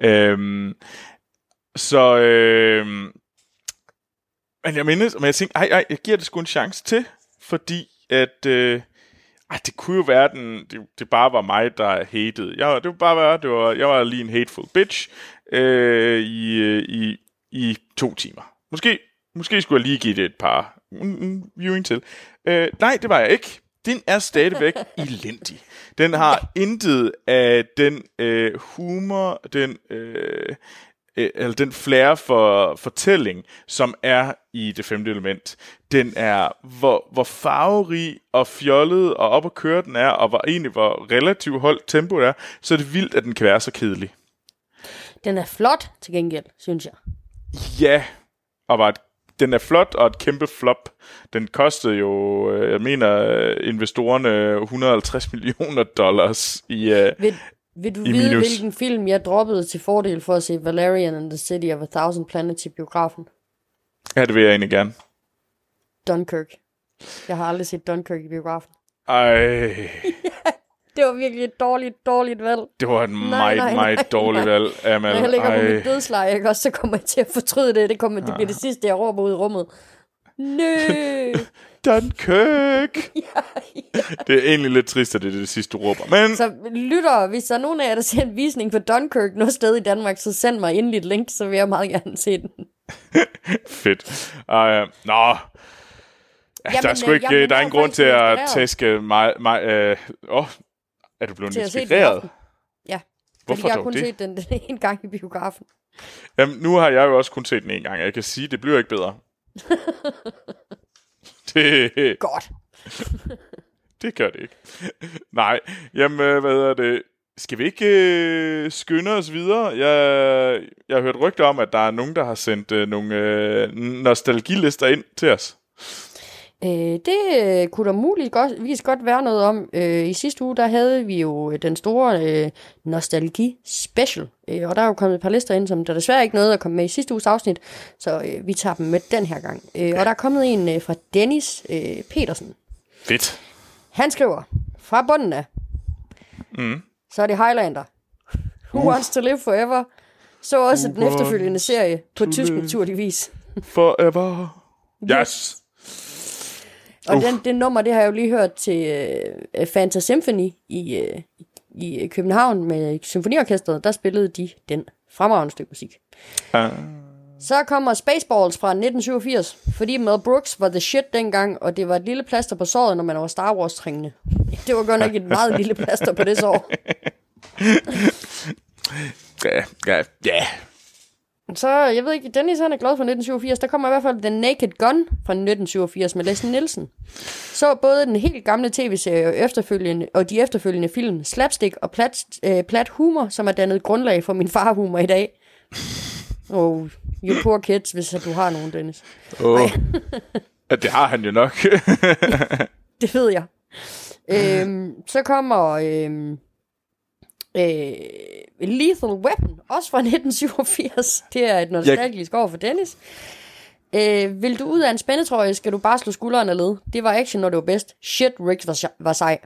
Men jeg mindes, men jeg tænkte, jeg giver det sgu en chance til, fordi at det kunne jo være, det bare var mig, der hatede. Jeg var lige en hateful bitch i 2 timer. Måske skulle jeg lige give det et par viewing til. Nej, det var jeg ikke. Den er stadigvæk elendig. Den har intet af den humor, eller den flair for fortælling, som er i Det Femte Element. Den er, hvor farverig og fjollet og op at køre den er, og hvor relativt holdt tempo er, så er det vildt, at den kan være så kedelig. Den er flot til gengæld, synes jeg. Ja, og den er flot og et kæmpe flop. Den kostede jo, jeg mener, investorerne $150 millioner i Vil du i vide, minus. hvilken film jeg droppede til fordel for at se Valerian and the City of a Thousand Planets i biografen? Ja, det vil jeg egentlig gerne. Dunkirk. Jeg har aldrig set Dunkirk i biografen. Ej, Det var virkelig et dårligt valg. det var et meget dårligt valg, Amal. Når jeg ligger på mit dødsleje, ikke også, så kommer jeg til at fortryde det. Det bliver det sidste, jeg råber ud i rummet. Nø! Dunkirk! Ja. Det er egentlig lidt trist, at det er det sidste, du råber. Men Så lytter, hvis der er nogen af jer, der ser en visning på Dunkirk noget sted i Danmark, så send mig endelig et link, så vil jeg meget gerne se den. fedt. Nå. Jamen, Der er sgu ikke, der er ingen grund til at tæske mig. Er du blevet til at se den i inspireret? aften. Ja, Hvorfor fordi jeg har dog kun det? set den en gang i biografen. Jamen, nu har jeg jo også kun set den en gang. Jeg kan sige, det bliver ikke bedre. Godt. Det gør det ikke. Nej, jamen, hvad er det? Skal vi ikke skynde os videre? Jeg har hørt rygter om, at der er nogen, der har sendt nogle nostalgilister ind til os. Det kunne der muligvis godt være noget om. I sidste uge, der havde vi jo den store nostalgi special. Og der er jo kommet et par lister ind, som der desværre ikke nåede at komme med i sidste uges afsnit. Så vi tager dem med den her gang. Og der er kommet en fra Dennis Petersen. Fedt. Han skriver, fra bunden af, så er det Highlander. Who Wants to Live Forever. Så også den efterfølgende serie, på tysk naturligvis. Forever. Yes. Og det nummer, det har jeg jo lige hørt til Fanta Symphony i København med symfoniorkestret. Der spillede de den fremragende stykke musik. Så kommer Spaceballs fra 1987, fordi Mel Brooks var the shit dengang, og det var et lille plaster på såret, når man var Star Wars-trængende. Det var godt nok et meget lille plaster på det sår. Ja. Så, jeg ved ikke, Dennis han er glad for 1987. Der kommer i hvert fald The Naked Gun fra 1987 med Leslie Nielsen. Så både den helt gamle tv-serie og de efterfølgende film Slapstick og plat humor, som er dannet grundlag for min farhumor i dag. Oh, you poor kids, hvis du har nogen, Dennis. Ja, det har han jo nok. Det ved jeg. Så kommer Lethal Weapon, også fra 1987. Det er et nostalgisk år for Dennis. Vil du ud af en spændetrøje, skal du bare slå skulderen af led. Det var action, når det var bedst. Shit, Rick var sej.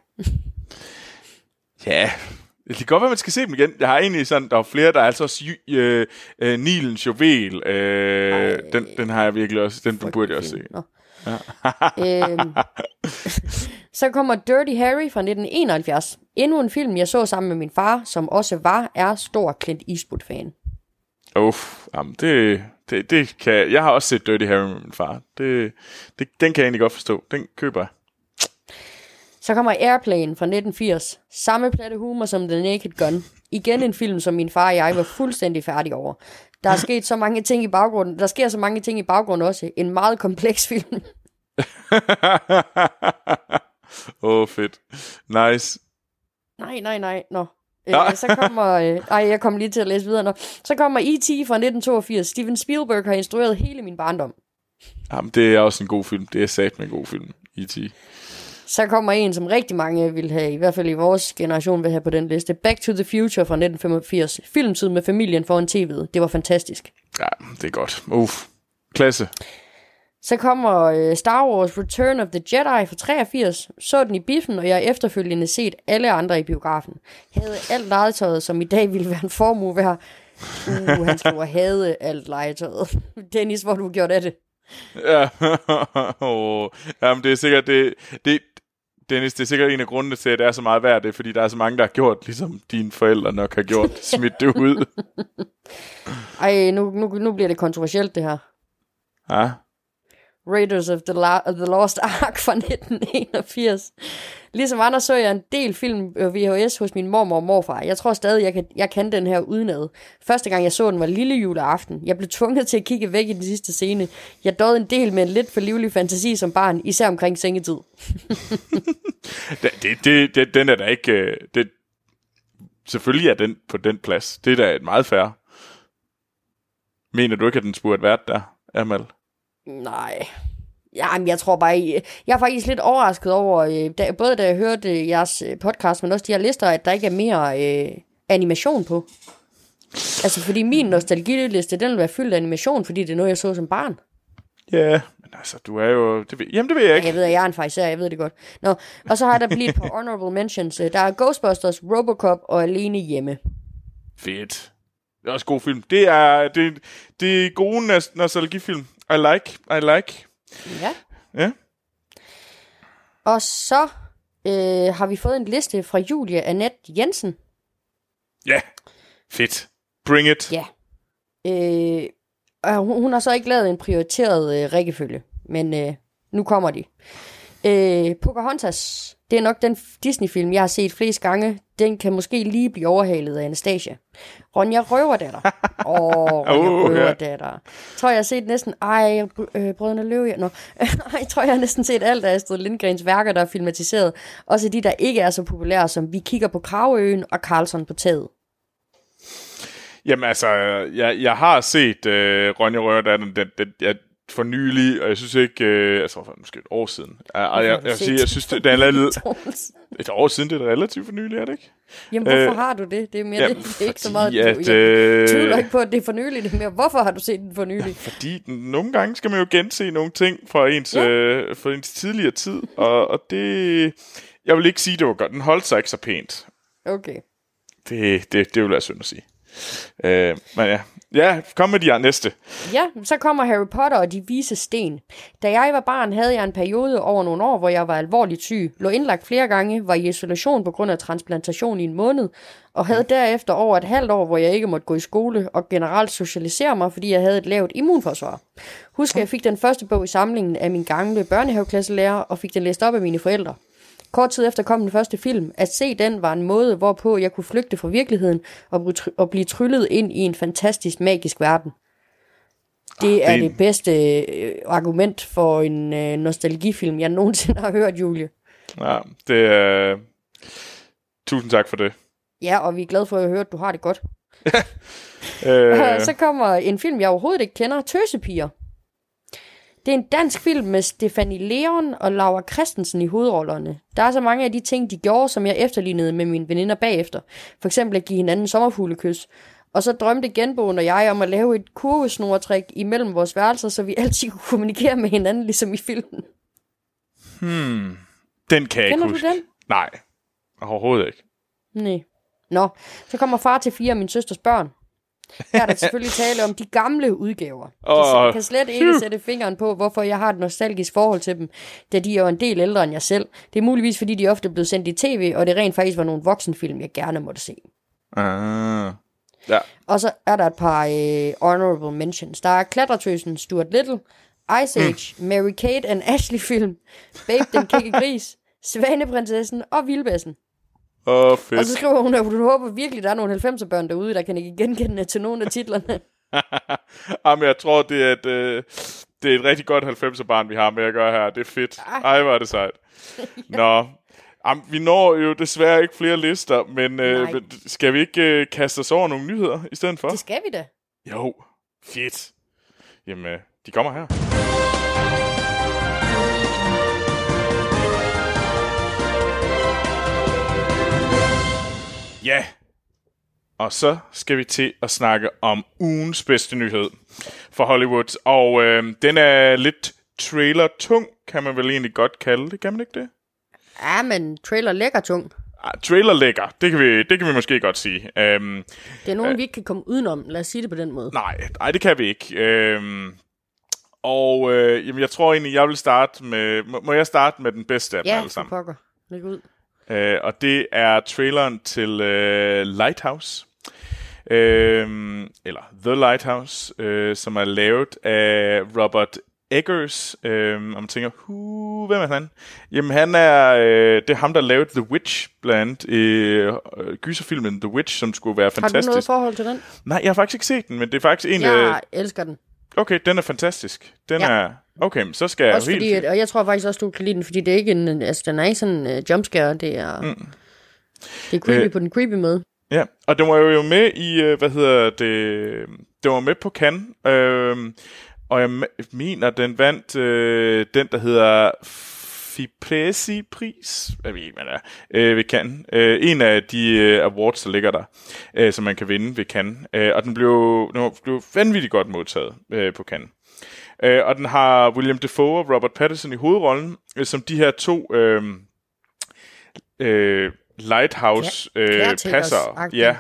Ja, det kan godt være, man skal se dem igen. Jeg har egentlig sådan, der er flere, der er altså også Nilens Juvel. Den har jeg virkelig også. Den burde jeg også se. Så kommer Dirty Harry fra 1971. Endnu en film, jeg så sammen med min far, som også er stor Clint Eastwood-fan. Jamen det kan jeg har også set Dirty Harry med min far. Den kan jeg egentlig godt forstå. Den køber jeg. Så kommer Airplane fra 1980. Samme platte humor som The Naked Gun. Igen en film, som min far og jeg var fuldstændig færdige over. Der sker så mange ting i baggrunden også. En meget kompleks film. Fedt. Nice. Nej. Nå. Så kommer... jeg kommer lige til at læse videre nu. Så kommer E.T. fra 1982. Steven Spielberg har instrueret hele min barndom. Jamen, det er også en god film. Det er satme en god film, E.T. Så kommer en, som rigtig mange vil have, i hvert fald i vores generation vil have på den liste. Back to the Future fra 1985. Filmtid med familien foran tv'et. Det var fantastisk. Ja, det er godt. Klasse. Så kommer Star Wars Return of the Jedi fra 83. Så den i biffen, og jeg har efterfølgende set alle andre i biografen. Havde alt legetøjet, som i dag ville være en formue værd. Han skriver, havde alt legetøjet. Dennis, hvor du gjort af det? Ja, jamen det er sikkert, Dennis, det er sikkert en af grundene til, at det er så meget værd, det er, fordi der er så mange, der har gjort, ligesom dine forældre nok har gjort, smidt det ud. Ej, nu bliver det kontroversielt, det her. Ja. Raiders of the Lost Ark fra 1981. Ligesom andre så jeg en del film VHS hos min mormor og morfar. Jeg tror stadig, jeg kan den her udenad. Første gang jeg så den var lille juleaften. Jeg blev tvunget til at kigge væk i den sidste scene. Jeg døde en del med en lidt for livlig fantasi som barn, især omkring sengetid. Den er da ikke... selvfølgelig er den på den plads. Det er da et meget fair. Mener du ikke, at den spurgte vært der, Amal? Nej. Jamen, jeg tror bare... Jeg er faktisk lidt overrasket over, både da jeg hørte jeres podcast, men også de her lister, at der ikke er mere animation på. Altså, fordi min nostalgiliste, den vil være fyldt af animation, fordi det er noget, jeg så som barn. Ja, men altså, du er jo... det ved jeg ikke. Jeg ved, at jeg er en fejser, jeg ved det godt. Nå, og så har der blivet på honorable mentions. Der er Ghostbusters, Robocop og Alene Hjemme. Fedt. Det er også god film. Det er gode nostalgifilm. I like. Ja. Og så har vi fået en liste fra Julie Annette Jensen. Ja, fedt. Bring it. Ja. Hun har så ikke lavet en prioriteret rækkefølge, men nu kommer de. Pocahontas, det er nok den Disney-film, jeg har set flest gange. Den kan måske lige blive overhalet af Anastasia. Ronja Røverdatter. Ronja Røverdatter. Jeg tror, jeg har set næsten... Brødrene Løve... Jeg tror, jeg har næsten set alt af Astrid Lindgrens værker, der er filmatiseret. Også de, der ikke er så populære, som Vi kigger på Krageøen og Karlsson på taget. Jamen altså, jeg har set Ronja Røverdatter, for nylig, og jeg synes ikke... måske et år siden. Jeg synes, det er lidt... Et år siden, det er relativt for nylig, er det ikke? Jamen, hvorfor har du det? Det er mere det er ikke så meget... Jeg tvivler ikke på, at det er for nylig, det er mere. Hvorfor har du set den for nylig? Fordi nogle gange skal man jo gense nogle ting fra ens tidligere tid, og det... Jeg vil ikke sige, det var godt. Den holdt sig ikke så pænt. Okay. Det vil være synd at sige. Men ja. Ja, kom med de næste. Ja, så kommer Harry Potter og de vise sten. Da jeg var barn, havde jeg en periode over nogle år, hvor jeg var alvorligt syg, lå indlagt flere gange, var i isolation på grund af transplantation i en måned, og havde derefter over et halvt år, hvor jeg ikke måtte gå i skole og generelt socialisere mig, fordi jeg havde et lavt immunforsvar. Husk, at jeg fik den første bog i samlingen af min gamle børnehaveklasselærer, og fik den læst op af mine forældre. Kort tid efter kom den første film. At se den var en måde, hvorpå jeg kunne flygte fra virkeligheden og blive tryllet ind i en fantastisk, magisk verden. Det er det bedste argument for en nostalgifilm, jeg nogensinde har hørt, Julie. Ja, det er... Tusind tak for det. Ja, og vi er glade for at høre, at du har det godt. Så kommer en film, jeg overhovedet ikke kender, Tøsepiger. Det er en dansk film med Stefanie Leon og Laura Christensen i hovedrollerne. Der er så mange af de ting, de gjorde, som jeg efterlignede med mine veninder bagefter. For eksempel at give hinanden sommerfuglekys. Og så drømte genboen og jeg om at lave et kurvesnoretræk imellem vores værelser, så vi altid kunne kommunikere med hinanden, ligesom i filmen. Den kan jeg ikke huske. Kender du den? Nej, overhovedet ikke. Nej. Nå, så kommer Far til 4 af min søsters børn. Her er der selvfølgelig tale om de gamle udgaver. Jeg kan slet ikke sætte fingeren på, hvorfor jeg har et nostalgisk forhold til dem, da de er jo en del ældre end jeg selv. Det er muligvis, fordi de ofte er blevet sendt i tv, og det rent faktisk var nogle voksenfilm, jeg gerne måtte se. Ja. Og så er der et par honorable mentions. Der er Klatretøsen, Stuart Little, Ice Age, Mary-Kate and Ashley-film, Babe den kække gris, Svaneprinsessen og Vildbæssen. Fedt. Og så skriver hun, at hun håber virkelig, der er nogle 90'er-børn derude, der kan ikke genkende til nogle af titlerne. Jamen, jeg tror, det er et rigtig godt 90'er-barn, vi har med at gøre her. Det er fedt. Ej, hvor er det sejt. Nå, vi når jo desværre ikke flere lister, men skal vi ikke kaste os over nogle nyheder i stedet for? Det skal vi da. Jo, fedt. Jamen, de kommer her. Ja, og så skal vi til at snakke om ugens bedste nyhed for Hollywood. Og den er lidt trailer-tung, kan man vel egentlig godt kalde det, kan man ikke det? Ja, men trailer-lækker-tung. Trailer-lækker, det kan vi måske godt sige. Det er nogen, vi ikke kan komme udenom, lad os sige det på den måde. Nej, det kan vi ikke. Jamen, jeg tror egentlig, jeg vil starte med... Må jeg starte med den bedste af dem alle sammen? Ja, pokker. Læg ud. Og det er traileren til Lighthouse. Eller The Lighthouse, som er lavet af Robert Eggers. Og man tænker, hvem er han? Jamen han er, det er ham, der lavede The Witch, blandt gyserfilmen The Witch, som skulle være fantastisk. Har du noget forhold til den? Nej, jeg har faktisk ikke set den, men det er faktisk en... Jeg elsker den. Okay, den er fantastisk. Den er... Okay, så skal jeg også helt... Fordi, og jeg tror faktisk også, du kan lide den, fordi det er ikke en... Altså, den er ikke sådan en jumpscare, det er... Det er creepy på den creepy måde. Ja, og den var jo med i... Den var med på Cannes, og jeg mener, den vandt den, der hedder Fipresi-pris. Jeg ved ikke, hvad det er. Ved Cannes. En af de awards, der ligger der, som man kan vinde ved Cannes. Og den blev vanvittigt godt modtaget på Cannes. Og den har William Dafoe og Robert Pattinson i hovedrollen, som de her to lighthouse-passere. Ja.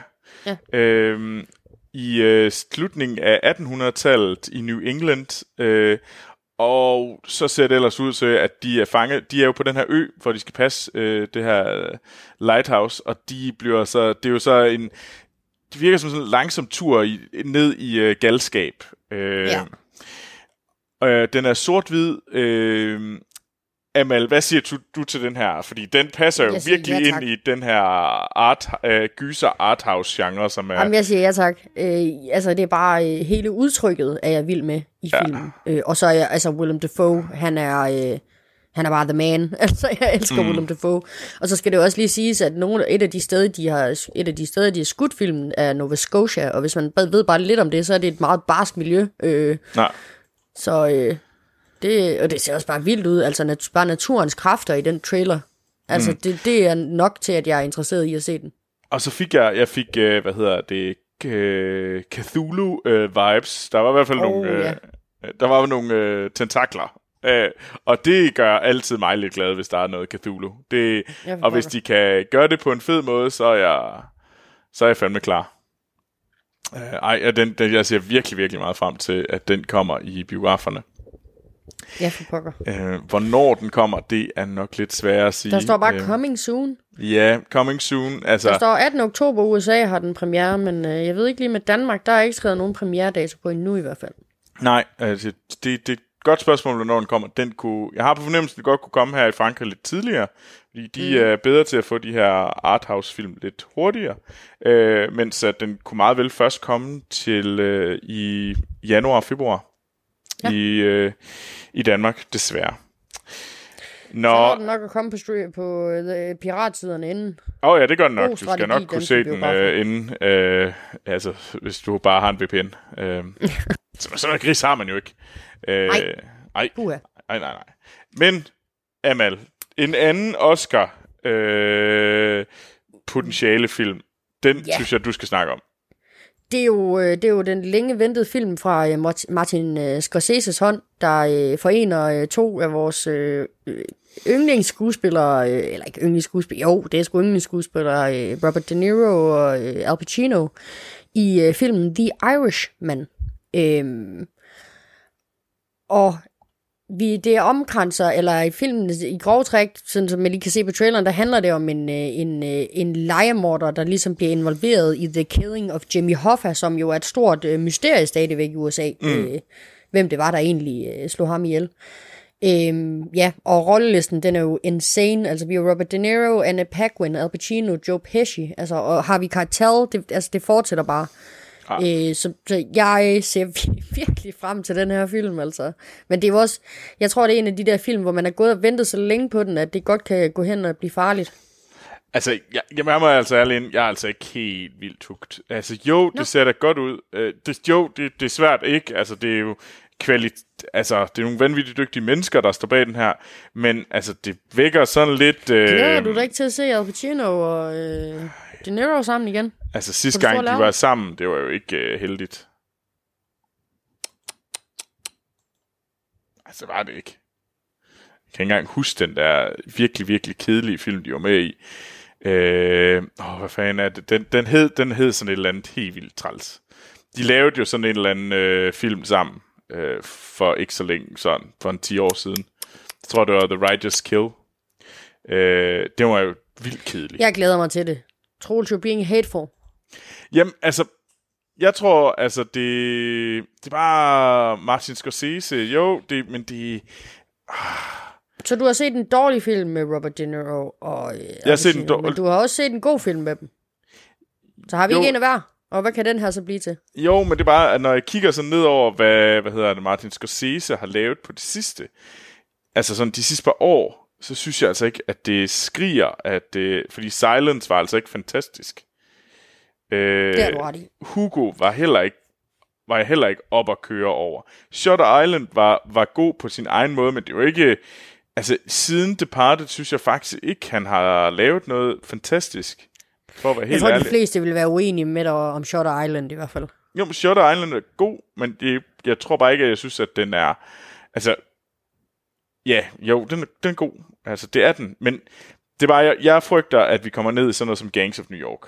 I slutningen af 1800-tallet i New England. Og så ser det ellers ud til, at de er fanget. De er jo på den her ø, hvor de skal passe det her lighthouse, og de bliver så... Det er jo så en... Det virker som sådan en langsom tur ned i galskab. Den er sort-hvid. Amal, hvad siger du til den her? Fordi den passer jo virkelig ind i den her gyser arthouse-genre, som er... Jamen, jeg siger ja tak. Altså, det er bare hele udtrykket, er jeg vild med i filmen. Og så er jeg, altså, Willem Dafoe, han er bare the man. Altså, jeg elsker Willem Dafoe. Og så skal det jo også lige siges, at et af de steder, de har skudt filmen, er Nova Scotia. Og hvis man ved bare lidt om det, så er det et meget barsk miljø. Så... Det ser også bare vildt ud, altså bare naturens kræfter i den trailer. Altså det er nok til, at jeg er interesseret i at se den. Og så fik jeg fik Cthulhu vibes. Der var i hvert fald der var nogle tentakler. Og det gør altid mig lidt glad, hvis der er noget Cthulhu. Og hvis de kan gøre det på en fed måde, så er jeg fandme klar. Jeg ser virkelig, virkelig meget frem til, at den kommer i biograferne. Ja, for pokker. Hvornår den kommer, det er nok lidt sværere at sige. Der står bare coming soon. Ja, coming soon. Altså... Der står 18. oktober, USA har den premiere, men jeg ved ikke lige med Danmark, der er ikke skrevet nogen premieredato på endnu i hvert fald. Nej, altså, det er et godt spørgsmål, hvornår den kommer. Jeg har på fornemmelsen, at den godt kunne komme her i Frankrig lidt tidligere, fordi de er bedre til at få de her arthouse-film lidt hurtigere, mens at den kunne meget vel først komme til i januar og februar. I Danmark, desværre. Så er den nok at komme på piratsiderne inden. Ja, det gør den nok. Du skal nok kunne se den inden. Altså, hvis du bare har en VPN. Sådan noget gris har man jo ikke. Nej. Men, Amal, en anden Oscar potentiale film, den synes jeg, du skal snakke om. Det er jo den længe ventede film fra Martin Scorseses hånd, der forener to af vores yndlingsskuespillere, eller ikke yndlingsskuespillere, jo, det er sgu yndlingsskuespillere, Robert De Niro og Al Pacino, i filmen The Irishman. Og det er omkranser, eller i filmen i grove træk, sådan som man lige kan se på traileren, der handler det om en lejemorder, der ligesom bliver involveret i The Killing of Jimmy Hoffa, som jo er et stort mysterie stadigvæk i USA. Hvem det var, der egentlig slog ham ihjel. Og rollelisten, den er jo insane. Altså, vi har Robert De Niro, Anna Paquin, Al Pacino, Joe Pesci, altså, og Harvey Keitel, det fortsætter bare. Så jeg ser virkelig frem til den her film, altså. Men det er jo også, jeg tror, det er en af de der film, hvor man er gået og ventet så længe på den, at det godt kan gå hen og blive farligt. Altså, jeg må altså ærlig, jeg er altså ikke helt vildt hugt. Altså, det ser da godt ud. Det er svært, ikke? Altså, det er jo altså, det er nogle vanvittigt dygtige mennesker, der står bag den her, men altså, det vækker sådan lidt... Glæder du da ikke til at se Al Pacino og De Niro sammen igen? Altså, sidste gang de var sammen, det var jo ikke heldigt. Altså, var det ikke. Jeg kan ikke engang huske den der virkelig, virkelig kedelige film, de var med i. Hvad fanden er det? Den hed sådan et eller andet helt vildt træls. De lavede jo sådan en eller anden film sammen, for ikke så længe, sådan for 10 år siden. Jeg tror, det var The Righteous Kill. Det var jo vildt kedeligt. Jeg glæder mig til det. Troels, you're being hateful. Jamen, altså, jeg tror, altså, det er bare Martin Scorsese. Jo, men det... Så du har set en dårlig film med Robert De Niro og jeg har set men du har også set en god film med dem. Så har vi ikke en af hver. Og hvad kan den her så blive til? Jo, men det er bare, at når jeg kigger sådan ned over, hvad hedder det, Martin Scorsese har lavet på det sidste, altså sådan de sidste par år, så synes jeg altså ikke, at det skriger, fordi Silence var altså ikke fantastisk. Det er du ret i. Hugo var jeg heller ikke op at køre over. Shutter Island var god på sin egen måde, men det var ikke... Altså, siden Departed, synes jeg faktisk ikke, han har lavet noget fantastisk. For at være helt ærlig. De fleste vil være uenige med dig om Shutter Island i hvert fald. Jo, men Shutter Island er god, men jeg tror bare ikke, at jeg synes, at den er... Altså, ja, jo, den er god. Altså, det er den. Men det er bare, jeg frygter, at vi kommer ned i sådan noget som Gangs of New York.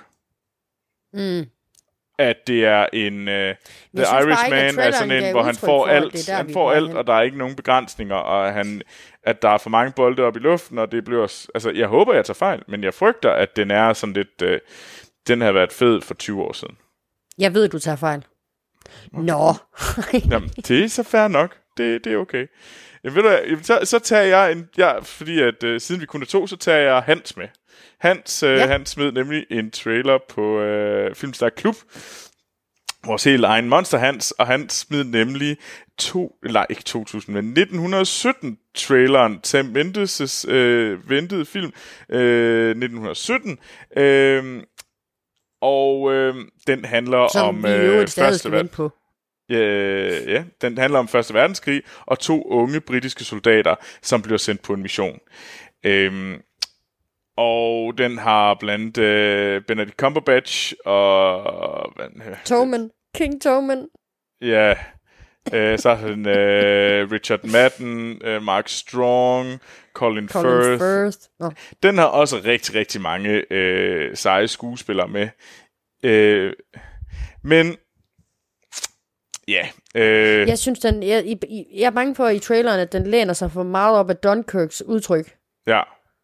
At det er en... The Irishman er sådan en, hvor han får alt, og der er ikke nogen begrænsninger, og at der er for mange bolde op i luften, og det bliver... Altså, jeg håber, jeg tager fejl, men jeg frygter, at den er sådan lidt... den har været fed for 20 år siden. Jeg ved, du tager fejl. Okay. Nå. Jamen, det er så fair nok. Det er okay. Ved du, så tager jeg fordi at siden vi kunne to, så tager jeg Hans med. Han smed nemlig en trailer på Filmstar Klub. Vores helt egen Monster Hans, og han smed nemlig 1917-traileren Sam Mendes' ventede film 1917. Den handler som om første verdenskrig. Ja, den handler om Første Verdenskrig og 2 unge britiske soldater, som bliver sendt på en mission. Og den har blandt Benedict Cumberbatch og... King Toman. Ja, så har den Richard Madden, Mark Strong, Colin Firth. Oh. Den har også rigtig, rigtig mange seje skuespillere med. Men... Ja. Jeg synes, jeg er bange for i traileren, at den læner sig for meget op af Dunkirks udtryk. Ja.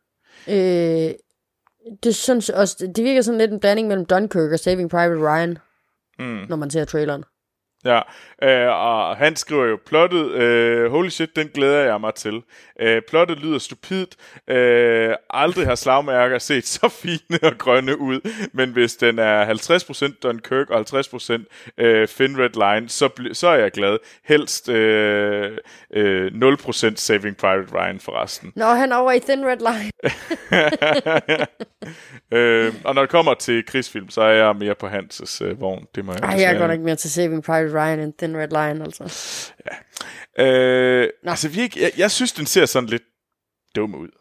Det virker sådan lidt en blanding mellem Dunkirk og Saving Private Ryan, når man ser traileren. Ja, og han skriver jo plottet, holy shit, den glæder jeg mig til. Plottet lyder stupidt, aldrig har slagmærker set så fine og grønne ud, men hvis den er 50% Dunkirk og 50% Thin Red Line, så er jeg glad. Helst 0% Saving Private Ryan forresten. Nå, han er over i Thin Red Line. Og når det kommer til krigsfilm, så er jeg mere på Hanses vogn. Det må jeg er godt ikke mere til Saving Private Ryan end Thin Red Line, altså. Ja. Altså, jeg synes, den ser sådan lidt dum ud.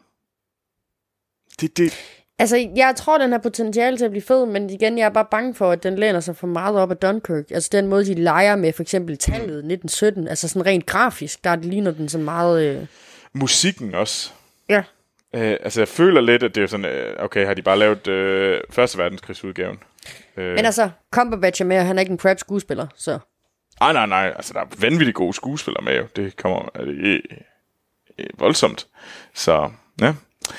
Altså, jeg tror, den har potentiale til at blive fed, men igen, jeg er bare bange for, at den læner sig for meget op af Dunkirk. Altså, den måde, de leger med for eksempel tallet 1917, altså sådan rent grafisk, der ligner den sådan meget... Musikken også. Ja. Altså, jeg føler lidt, at det er sådan, okay, har de bare lavet Første Verdenskrigsudgaven? Men altså, Cumberbatch er med, og han er ikke en crap skuespiller, så... Nej, altså, der er vanvittigt gode skuespillere med, jo. Det kommer voldsomt. Så, ja.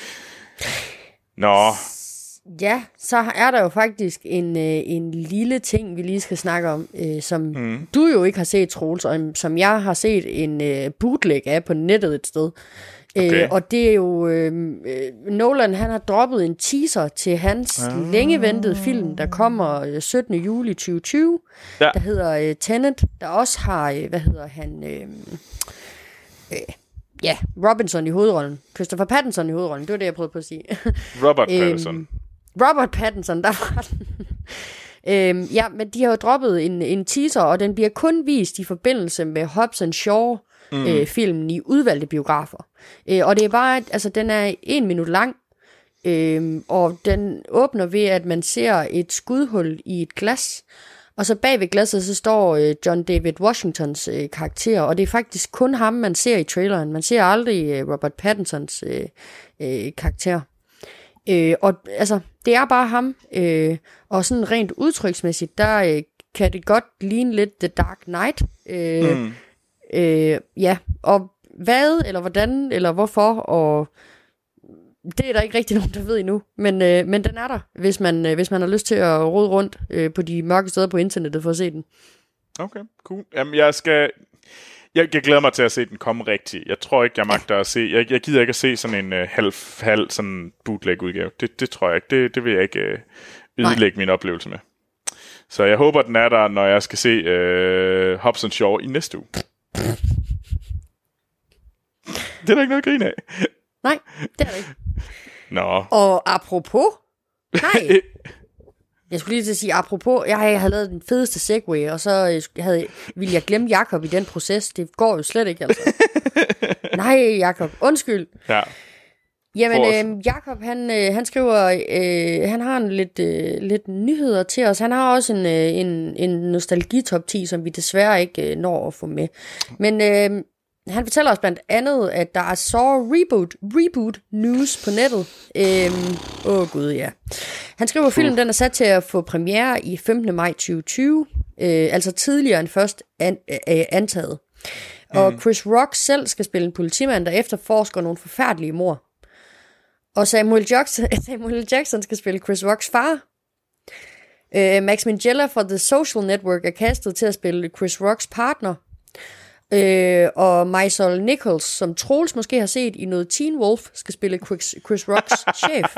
Nå. Ja, så er der jo faktisk en lille ting, vi lige skal snakke om, som du jo ikke har set, Troels, og som jeg har set en bootleg af på nettet et sted. Okay. Og det er jo Nolan, han har droppet en teaser til hans længeventede film, der kommer 17. juli 2020, der hedder Tenet, der også har, Robinson i hovedrollen. Christopher Pattinson i hovedrollen, det var det, jeg prøvede på at sige. Robert Pattinson, der var den. Ja, men de har jo droppet en teaser, og den bliver kun vist i forbindelse med Hobbs & Shaw filmen i udvalgte biografer. Og det er bare, altså den er 1 minut lang, og den åbner ved, at man ser et skudhul i et glas, og så bag ved glasset, så står John David Washingtons karakter, og det er faktisk kun ham, man ser i traileren. Man ser aldrig Robert Pattinsons karakter. Og altså, det er bare ham, og sådan rent udtryksmæssigt, der kan det godt ligne lidt The Dark Knight. Ja, og hvad, eller hvordan, eller hvorfor, og Det er der ikke rigtig nogen, der ved endnu, men den er der, hvis man har lyst til at rode rundt på de mørke steder på internettet for at se den. Okay, cool. Jamen, jeg glæder mig til at se den komme rigtig. Jeg tror ikke, jeg magter at se. Jeg gider ikke at se sådan en halv sådan bootleg-udgave. Det tror jeg ikke. Det vil jeg ikke ødelægge min oplevelse med. Så jeg håber, den er der, når jeg skal se Hobbs & Shaw i næste uge. Det er der ikke noget at grine af. Nej, det er det ikke. Nå. Og apropos... Nej. Jeg skulle lige til at sige, apropos, jeg havde lavet den fedeste segway, og så ville jeg glemme Jakob i den proces. Det går jo slet ikke, altså. Nej, Jakob, undskyld. Ja. Jamen, Jakob, han skriver, han har lidt nyheder til os. Han har også en nostalgi-top 10, som vi desværre ikke når at få med. Men han fortæller os blandt andet, at der er Saw reboot news på nettet. Gud, ja. Han skriver, at filmen den er sat til at få premiere i 15. maj 2020, altså tidligere end først antaget. Og Chris Rock selv skal spille en politimand, der efterforsker nogle forfærdelige mord. Og Samuel Jackson skal spille Chris Rocks far. Max Minghella fra The Social Network er castet til at spille Chris Rocks partner. Og Maisel Nichols, som Troels måske har set i noget Teen Wolf, skal spille Chris Rocks chef.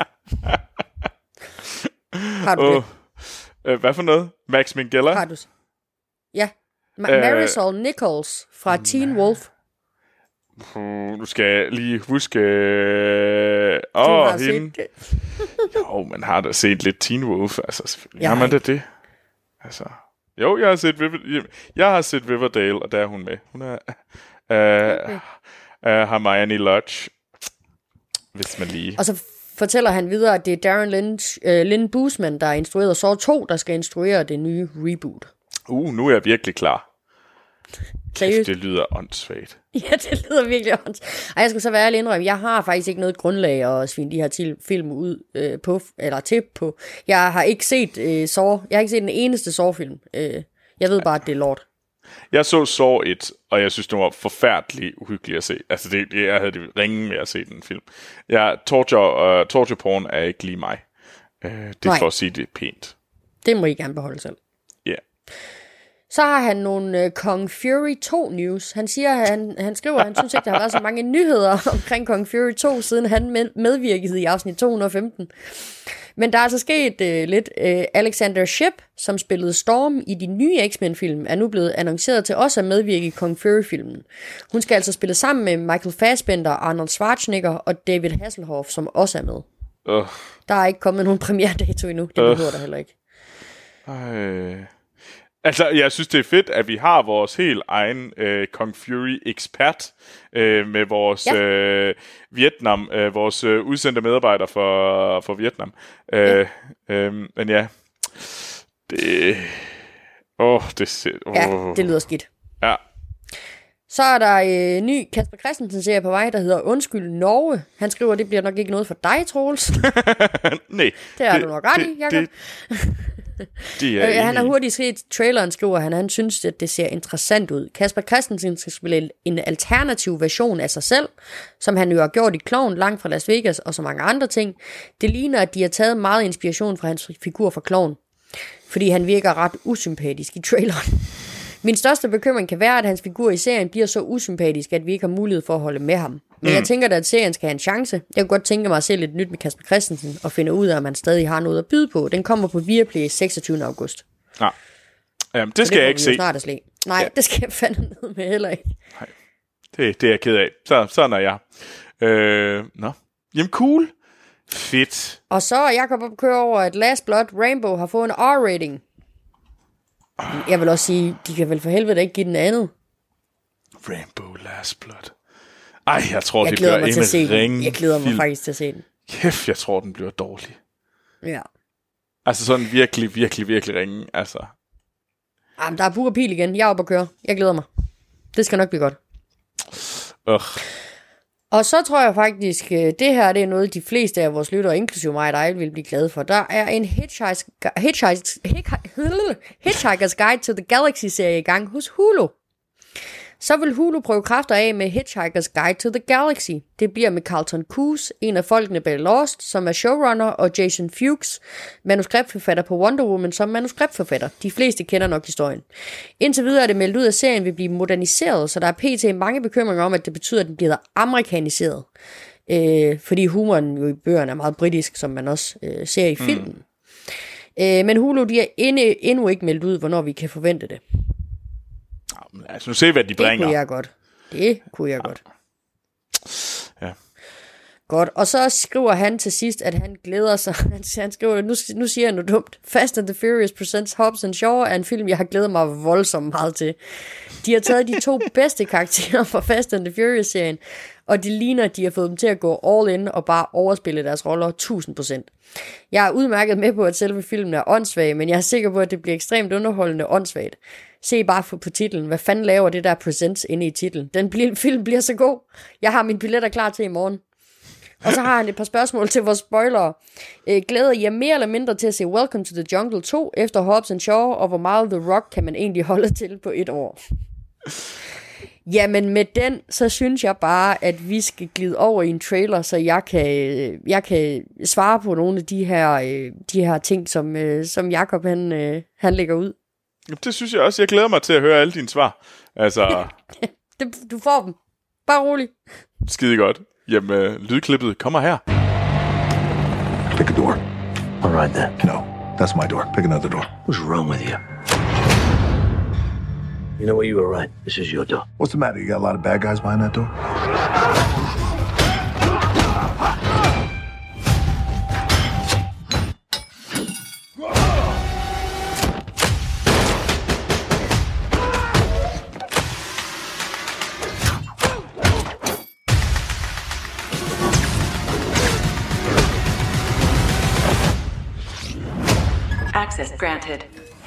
Har du det? Hvad for noget? Max Minghella? Har du? Ja. Marisol Nichols fra Teen Wolf. Nu skal jeg lige huske... Du har hende. Set det. Jo, man har da set lidt Teen Wolf. Altså, selvfølgelig har man da det. Altså... Jo, jeg har set Riverdale, og der er hun med. Hun er Hermione Lodge, hvis man lige... Og så fortæller han videre, at det er Darren Lynn Bousman, der er instrueret Saw 2, der skal instruere det nye reboot. Nu er jeg virkelig klar. Seriøst? Det lyder åndssvagt. Ja, det lyder virkelig åndssvagt. Jeg skal så være ærlig indrømme, jeg har faktisk ikke noget grundlag at svine de her film ud på. Jeg har ikke set Saw. Jeg har ikke set den eneste Saw-film. Jeg ved bare, at det er lort. Jeg så Saw 1, og jeg synes, det var forfærdeligt uhyggeligt at se. Altså, jeg havde det ringe med at se den film. Torture porn er ikke lige mig. Det er for at sige det pænt. Det må I gerne beholde selv. Ja. Yeah. Så har han nogle Kong Fury 2 news. Han siger, han skriver, at han synes ikke, der har været så mange nyheder omkring Kong Fury 2, siden han medvirkede i afsnit 215. Men der er altså sket lidt. Alexander Shipp, som spillede Storm i de nye X-Men-film, er nu blevet annonceret til også at medvirke i Kong Fury-filmen. Hun skal altså spille sammen med Michael Fassbender, Arnold Schwarzenegger og David Hasselhoff, som også er med. Der er ikke kommet nogen premiere-dato endnu. Det behøver der heller ikke. Altså, jeg synes, det er fedt, at vi har vores helt egen Kong Fury-ekspert med vores Vietnam, vores udsendte medarbejdere for Vietnam. Men ja, det lyder skidt. Ja. Så er der en ny Kasper Christensen-serie på vej, der hedder Undskyld Norge. Han skriver, at det bliver nok ikke noget for dig, Troels. Nej. Det har du nok ret i, Jacob. Han har hurtigt set traileren, skriver han synes, at det ser interessant ud. Kasper Christensen skal spille en alternativ version af sig selv, som han jo har gjort i Klovn langt fra Las Vegas og så mange andre ting. Det ligner, at de har taget meget inspiration fra hans figur fra Klovn, fordi han virker ret usympatisk i traileren. Min største bekymring kan være, at hans figur i serien bliver så usympatisk, at vi ikke har mulighed for at holde med ham. Men jeg tænker da, at serien skal have en chance. Jeg kunne godt tænke mig at se lidt nyt med Kasper Christensen og finde ud af, om han stadig har noget at byde på. Den kommer på Viaplay 26. august. Ja. Jamen, det skal jeg ikke se. Nej, det skal jeg fandme ned med heller ikke. Nej, det er jeg ked af. Sådan er jeg. Jamen, cool. Fedt. Og så er Jacob op at køre over, at Last Blood Rainbow har fået en R-rating. Jeg vil også sige, de kan vel for helvede ikke give den andet. Rainbow Last Blood. Ej, jeg tror, det bliver en ringe. Jeg glæder mig faktisk til at se den. Kæft, jeg tror, den bliver dårlig. Ja. Altså sådan virkelig, virkelig, virkelig ringe. Altså. Jamen, der er pur pil igen. Jeg er oppe at køre. Jeg glæder mig. Det skal nok blive godt. Og så tror jeg faktisk, det her det er noget, de fleste af vores lyttere, inklusive mig og dig, vil blive glade for. Der er en Hitchhiker's Guide to the Galaxy-serie i gang hos Hulu. Så vil Hulu prøve kræfter af med Hitchhiker's Guide to the Galaxy. Det bliver med Carlton Cuse, en af folkene bag Lost, som er showrunner, og Jason Fuchs, manuskriptforfatter på Wonder Woman, som manuskriptforfatter. De fleste kender nok historien. Indtil videre er det meldt ud, at serien vil blive moderniseret, så der er pt. Mange bekymringer om, at det betyder, at den bliver amerikaniseret. Fordi humoren jo i bøgerne er meget britisk, som man også ser i filmen. Men Hulu, de er endnu ikke meldt ud, hvornår vi kan forvente det. Altså, nu se, hvad de bringer. Det kunne jeg godt. Ja. Godt, og så skriver han til sidst, at han glæder sig. Han skriver, nu siger jeg noget dumt. Fast and the Furious presents Hobbs and Shaw er en film, jeg har glædet mig voldsomt meget til. De har taget de 2 bedste karakterer fra Fast and the Furious-serien, og det ligner, at de har fået dem til at gå all in og bare overspille deres roller 1000%. Jeg er udmærket med på, at selve filmen er åndssvag, men jeg er sikker på, at det bliver ekstremt underholdende åndssvagt. Se bare på titlen. Hvad fanden laver det der presents inde i titlen? Film bliver så god. Jeg har mine billetter klar til i morgen. Og så har han et par spørgsmål til vores spoilere. Glæder I jer mere eller mindre til at se Welcome to the Jungle 2 efter Hobbs and Shaw, og hvor meget The Rock kan man egentlig holde til på et år? Jamen med den, så synes jeg bare, at vi skal glide over i en trailer, så jeg kan svare på nogle af de her ting, som Jacob han lægger ud. Det synes jeg også. Jeg glæder mig til at høre alle dine svar. Altså... Du får dem. Bare rolig. Skide godt. Jamen, lydklippet kommer her. Pick a door. All right then. No, that's my door. Pick another door. What's wrong with you? You know what? You were right. This is your door. What's the matter? You got a lot of bad guys behind that door? Access granted.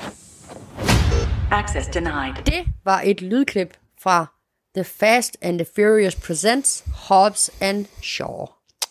Access denied. Det var et lydklip fra The Fast and the Furious Presents Hobbs and Shaw.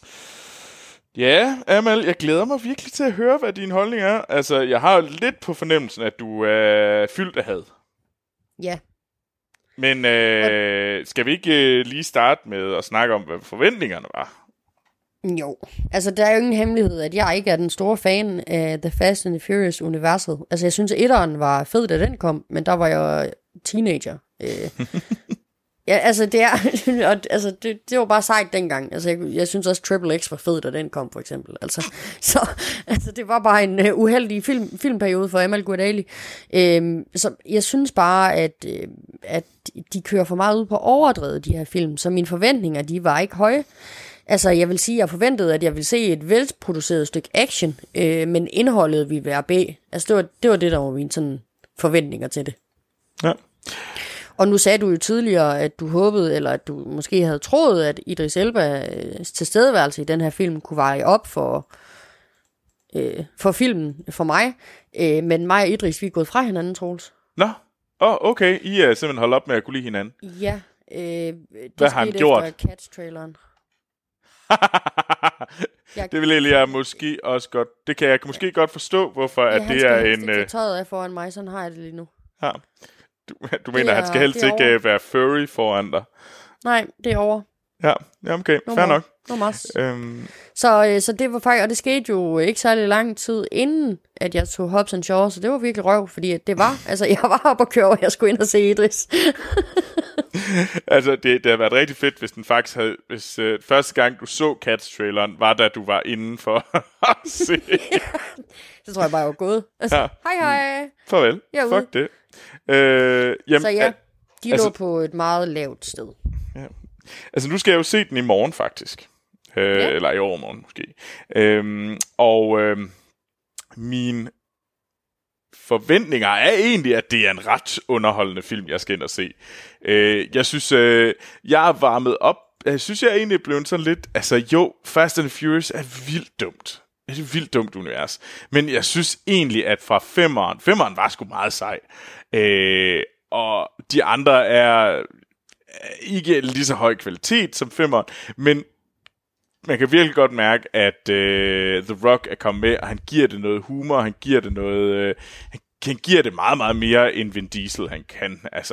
Ja, Amal, jeg glæder mig virkelig til at høre, hvad din holdning er. Altså, jeg har jo lidt på fornemmelsen, at du er fyldt af had. Ja. Men skal vi ikke lige starte med at snakke om, hvad forventningerne var? Jo, altså der er jo ingen hemmelighed, at jeg ikke er den store fan af The Fast and the Furious-universet. Altså jeg synes, at etteren var fed, da den kom, men der var jeg teenager. Ja, altså det var bare sejt dengang. Altså jeg synes også Triple X var fed, da den kom for eksempel. Altså det var bare en uheldig filmperiode for Amal Gurdali. Så jeg synes bare at de kører for meget ud på overdrevet, de her film. Så mine forventninger, de var ikke høje. Altså, jeg vil sige, jeg forventede, at jeg ville se et velproduceret stykke action, men indholdet ville være B. Altså, det var det, der var mine sådan forventninger til det. Ja. Og nu sagde du jo tidligere, at du håbede, eller at du måske havde troet, at Idris Elbas tilstedeværelse i den her film kunne veje op for filmen for mig. Men mig og Idris, vi er gået fra hinanden, Troels. Nå, okay. I er simpelthen holdt op med at kunne lide hinanden. Ja, hvad har han gjort? Efter Cats-traileren. Det vil jeg måske også godt. Det kan jeg måske godt forstå, hvorfor at det er en. Han skal tøjet af foran mig, sådan har jeg det lige nu. Ja. Du mener, han skal helst ikke være furry foran dig? Nej, det er over. Ja, okay, fair nok. Så det var faktisk, og det skete jo ikke særlig lang tid inden, at jeg tog Hobbs and Shaw, så det var virkelig røv, fordi det var, altså jeg var oppe og køre, og jeg skulle ind og se Idris. Altså, det har været rigtig fedt, hvis den faktisk havde, hvis første gang du så Cats-traileren, var da du var inden for at se. Så tror jeg bare, jeg var gået. Altså, ja. Hej. Farvel. Fuck det. Jamen, så ja, de lå på et meget lavt sted. Ja. Altså, nu skal jeg jo se den i morgen, faktisk. Eller i overmorgen, måske. Mine forventninger er egentlig, at det er en ret underholdende film, jeg skal ind og se. Jeg synes, jeg er varmet op. Jeg synes, jeg er egentlig blevet sådan lidt. Altså jo, Fast and Furious er vildt dumt. Det er et vildt dumt univers. Men jeg synes egentlig, at fra femmeren var sgu meget sej. Og de andre er ikke lige så høj kvalitet som femmeren, men man kan virkelig godt mærke, at The Rock er kommet med, og han giver det noget humor, han giver det noget, giver det meget, meget mere, end Vin Diesel han kan. Altså,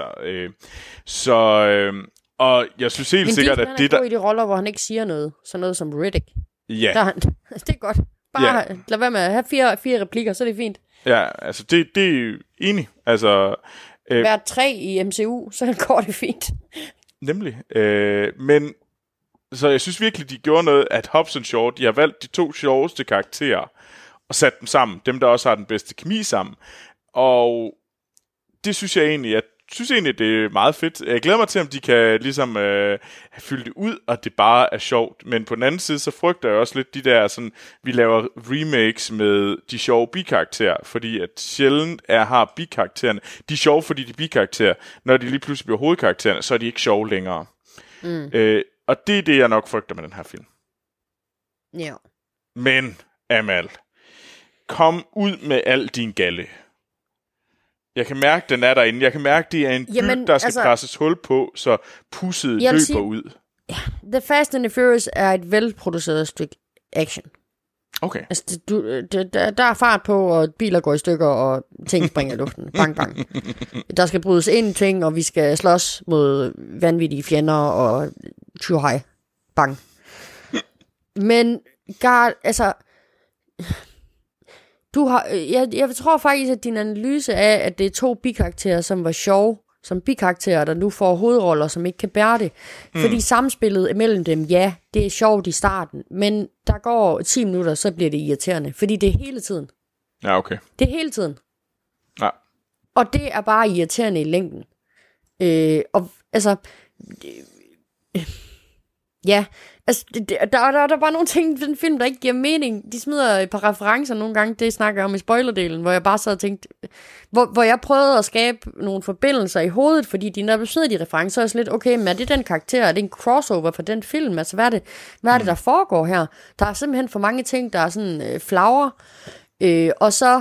og jeg synes helt sikkert, at det der... i de roller, hvor han ikke siger noget. Sådan noget som Riddick. Ja. Det er godt. Bare lad være med at have fire replikker, så er det fint. Ja, altså det er enig. Altså, Hver 3 i MCU, så går det fint. Nemlig. Men så jeg synes virkelig, de gjorde noget, at Hobbs & Shaw, de har valgt de 2 sjoveste karakterer og sat dem sammen. Dem, der også har den bedste kemi sammen. Og det synes jeg egentlig, det er meget fedt. Jeg glæder mig til, om de kan ligesom fylde det ud, og det bare er sjovt. Men på den anden side, så frygter jeg også lidt de der, sådan, vi laver remakes med de sjove bikarakterer, fordi at sjældent har bikaraktererne. De er sjove, fordi de er bikarakterer. Når de lige pludselig bliver hovedkaraktererne, så er de ikke sjove længere. Og det er det, jeg nok frygter med den her film. Ja. Men, Amal, kom ud med al din galle. Jeg kan mærke, den er derinde. Jeg kan mærke, det er en dyb, der skal presses hul på, så pusset løber ud. The Fast and the Furious er et velproduceret stykke action. Okay. Altså, der er fart på, og biler går i stykker, og ting springer i luften. Bang, bang. Der skal brydes ind ting, og vi skal slås mod vanvittige fjender, og hej. Bang. Men, altså... Jeg tror faktisk, at din analyse af, at det er 2 bikarakterer, som var sjove, som bikarakterer, der nu får hovedroller, som ikke kan bære det. Fordi samspillet imellem dem, ja, det er sjovt i starten, men der går 10 minutter, så bliver det irriterende. Fordi det er hele tiden. Ja, okay. Det er hele tiden. Ja. Og det er bare irriterende i længden. Og altså... Ja, altså, der er bare nogle ting i den film, der ikke giver mening. De smider et par referencer nogle gange, det snakker jeg om i spoilerdelen, hvor jeg bare sad og tænkte, hvor jeg prøvede at skabe nogle forbindelser i hovedet, fordi når de smider de referencer, så er jeg lidt, okay, men er det den karakter, er det en crossover for den film? Altså, hvad er det der foregår her? Der er simpelthen for mange ting, der er sådan flagre, og så,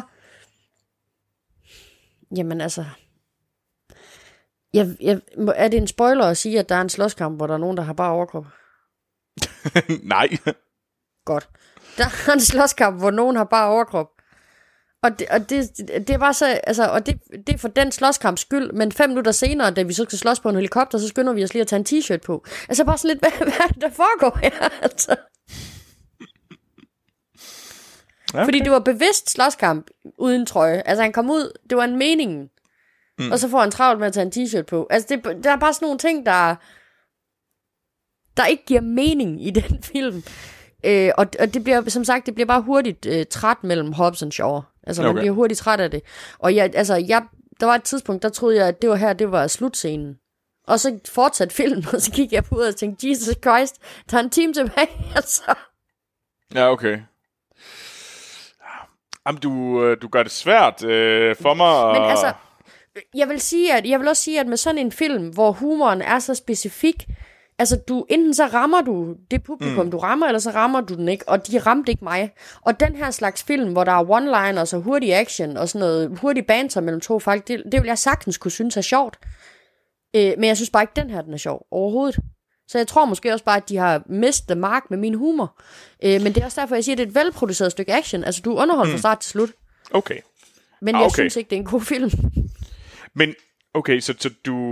jamen altså... er det en spoiler at sige, at der er en slåskamp, hvor der er nogen, der har bare overkrop? Nej. Godt. Der er en slåskamp, hvor nogen har bare overkrop. Og det er bare så, altså, og det er for den slåskamps skyld, men 5 minutter senere, da vi så skal slås på en helikopter, så skynder vi os lige at tage en t-shirt på. Altså bare sådan lidt, hvad er det, der foregår her? Altså. Okay. Fordi det var bevidst slåskamp uden trøje. Altså han kom ud, det var en mening. Og så får han travlt med at tage en t-shirt på. Altså der er bare sådan nogle ting, der ikke giver mening i den film. Og det bliver, som sagt, det bliver bare hurtigt træt mellem Hobbs og Shaw. Altså man bliver hurtigt træt af det. Og der var et tidspunkt, der troede jeg, at det var slutscenen. Og så fortsatte filmen, og så gik jeg på ud og tænkte, Jesus Christ, der er en time tilbage, altså. Ja, okay. Jamen, du gør det svært for mig. Men altså, jeg vil også sige, at med sådan en film, hvor humoren er så specifik, altså enten så rammer du det publikum, du rammer, eller så rammer du den ikke, og de ramte ikke mig. Og den her slags film, hvor der er one-liners og hurtig action, og sådan noget hurtig banter mellem 2 folk, det vil jeg sagtens kunne synes er sjovt. Men jeg synes bare ikke, den her den er sjov overhovedet. Så jeg tror måske også bare, at de har mistet mark med min humor. Men det er også derfor, jeg siger, at det er et velproduceret stykke action. Altså, du underholder fra start til slut. Okay. Men jeg synes ikke, det er en god film. Men, okay, så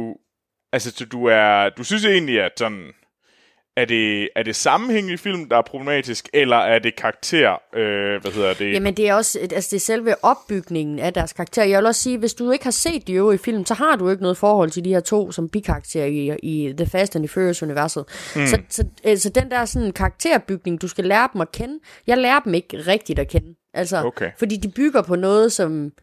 du synes egentlig, at sådan, er det sammenhæng i film, der er problematisk, eller er det karakter, Jamen, det er også, altså det er selve opbygningen af deres karakter. Jeg vil også sige, hvis du ikke har set de øvrige film, så har du ikke noget forhold til de her 2 som bikarakterer i The Fast and the Furious-universet. Så den der sådan karakterbygning, du skal lære dem at kende, jeg lærer dem ikke rigtigt at kende. Altså, fordi de bygger på noget, som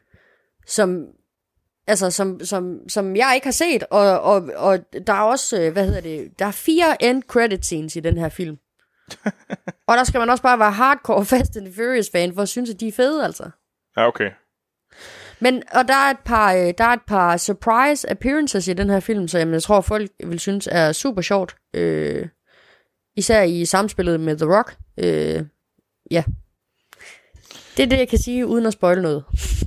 jeg ikke har set, og der er også, der er 4 end credit scenes i den her film. Og der skal man også bare være hardcore Fast and the Furious fan, for at synes, at de er fede, altså. Ja, okay. Men, og der er et par surprise appearances i den her film, så jeg tror, folk vil synes er super sjovt. Især i samspillet med The Rock. Ja. Det er det, jeg kan sige, uden at spoile noget.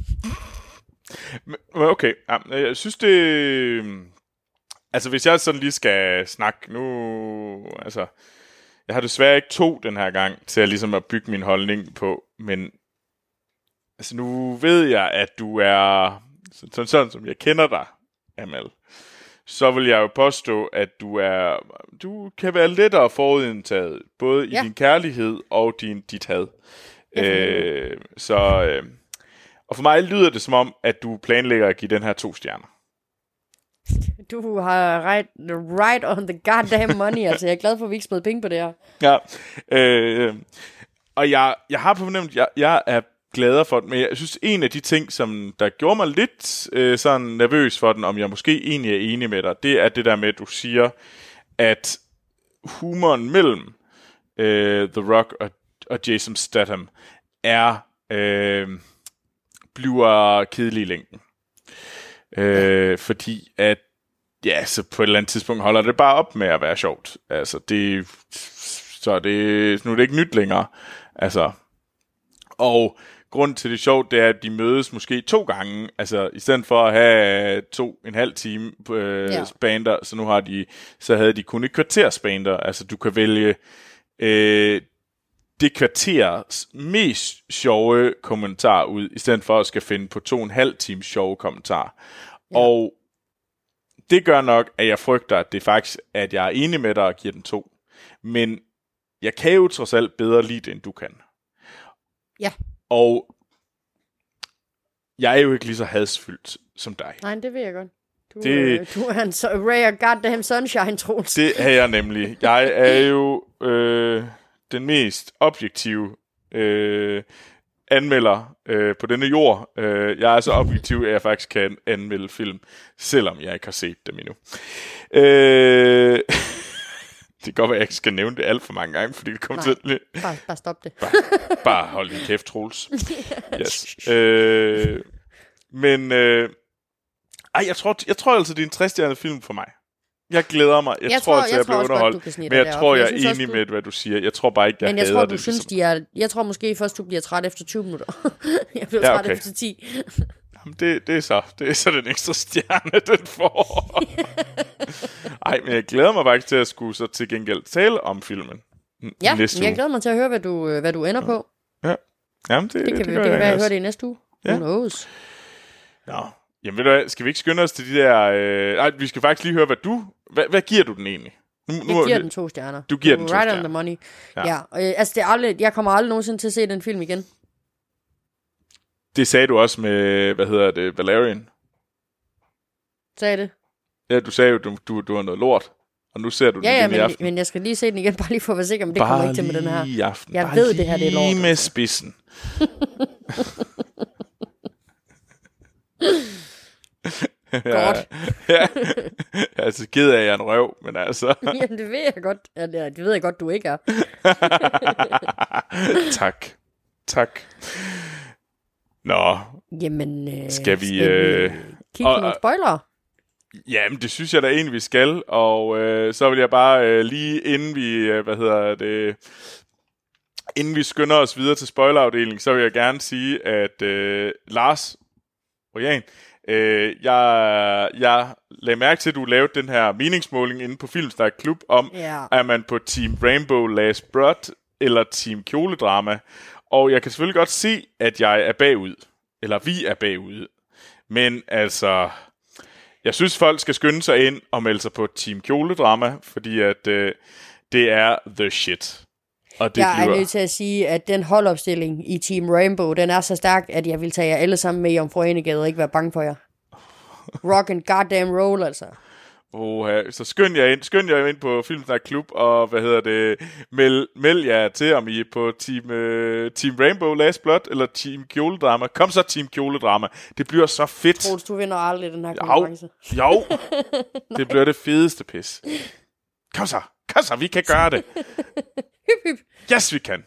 Okay, jeg synes det... Altså, hvis jeg sådan lige skal snakke nu... Altså, jeg har desværre ikke 2 den her gang, til at ligesom at bygge min holdning på, men... Altså nu ved jeg, at du er sådan som jeg kender dig, Amal. Så vil jeg jo påstå, at du kan være lettere forudindtaget, både i din kærlighed og dit had. Og for mig lyder det som om, at du planlægger at give den her 2 stjerner. Du har right on the goddamn money, altså. Jeg er glad for, at vi ikke smed penge på det her. Ja, og jeg har på fornemt, jeg er gladere for det, men jeg synes, en af de ting, som der gjorde mig lidt sådan nervøs for den, om jeg måske egentlig er enig med dig, det er det der med, at du siger, at humoren mellem The Rock og Jason Statham bliver kedelig i længden. Fordi at så på et eller andet tidspunkt holder det bare op med at være sjovt. Altså nu er det ikke nyt længere. Altså, og grunden til det sjovt, det er, at de mødes måske 2 gange, altså i stedet for at have 2,5 time spanter, så havde de kun et kvarters spanter. Altså du kan vælge det kvarters mest sjove kommentar ud, i stedet for at skal finde på 2,5 times sjove kommentar. Ja. Og det gør nok, at jeg frygter, at det faktisk, at jeg er enig med dig og giver den 2. Men jeg kan jo trods alt bedre lide det, end du kan. Ja. Og jeg er jo ikke lige så hadsfyldt som dig. Nej, det ved jeg godt. Du er en ray of goddamn sunshine, Troels. Det er jeg nemlig. Jeg er jo den mest objektive anmelder på denne jord. Jeg er så objektiv, at jeg faktisk kan anmelde film, selvom jeg ikke har set dem endnu. Det kan godt være, at jeg ikke skal nævne det alt for mange gange, fordi det kommer til... Bare stop det. Bare hold din kæft, Troels. Yes. Men jeg tror altså, det er en 60-stjernet film for mig. Jeg glæder mig. Jeg tror altså, jeg bliver underholdt. Men jeg tror, jeg er enig med, hvad du siger. Jeg tror bare ikke, jeg hader det. Men jeg tror, du synes, jeg tror måske først, du bliver træt efter 20 minutter. Jeg bliver træt efter 10. Jamen, det er så den ekstra stjerne, den får. Ej, men jeg glæder mig faktisk til at skulle så til gengæld tale om filmen. Ja, jeg glæder mig til at høre, hvad du ender på. Ja. Jamen, det kan være, jeg høre det i næste uge. Who knows? Nå, jamen ved du hvad, skal vi ikke skynde os til de der... Nej, vi skal faktisk lige høre, hvad giver du den egentlig? Jeg giver den 2 stjerner. Du giver den 2 stjerner. Right on the money. Ja, altså jeg kommer aldrig nogensinde til at se den film igen. Det sagde du også med, Valerian. Sagde det? Ja, du sagde jo, du var noget lort. Og nu ser du den igen i aften. Men jeg skal lige se den igen, bare lige for at være sikker, men det kommer ikke til med den her. I aften. Jeg ved, det her det er lort. Lige med spidsen. Godt. Ja. Altså, ked af, at jeg er en røv, men altså... Jamen, det ved jeg godt. Ja, det ved jeg godt, du ikke er. Tak. Nå. Jamen, skal vi kigge på nogle spoilere? Jamen, det synes jeg da egentlig, vi skal. Og så vil jeg bare lige, inden vi skynder os videre til spoilerafdelingen, så vil jeg gerne sige, at Lars Rojan, jeg lagde mærke til, at du lavede den her meningsmåling inde på Filmsnak Klub om, er man på Team Rainbow Last Blood eller Team Kjoledrama. Og jeg kan selvfølgelig godt se, at jeg er bagud. Eller vi er bagud. Men altså, jeg synes, folk skal skynde sig ind og melde sig på Team Kjoledrama, fordi at det er the shit. Og det jeg er nødt til at sige, at den holdopstilling i Team Rainbow, den er så stærk, at jeg vil tage jer alle sammen med i Jomfru Ane Gade og ikke være bange for jer. Rock and goddamn roll, altså. Så skynd jer ind på Filmsnak Klub, og meld jer til, om I er på Team Rainbow Last Blood, eller Team Kjoledrama. Kom så, Team Kjoledrama. Det bliver så fedt. Troels, du vinder aldrig den her konkurrence. Jo, det bliver det fedeste pis. Kom så, vi kan gøre det. Yes, vi kan.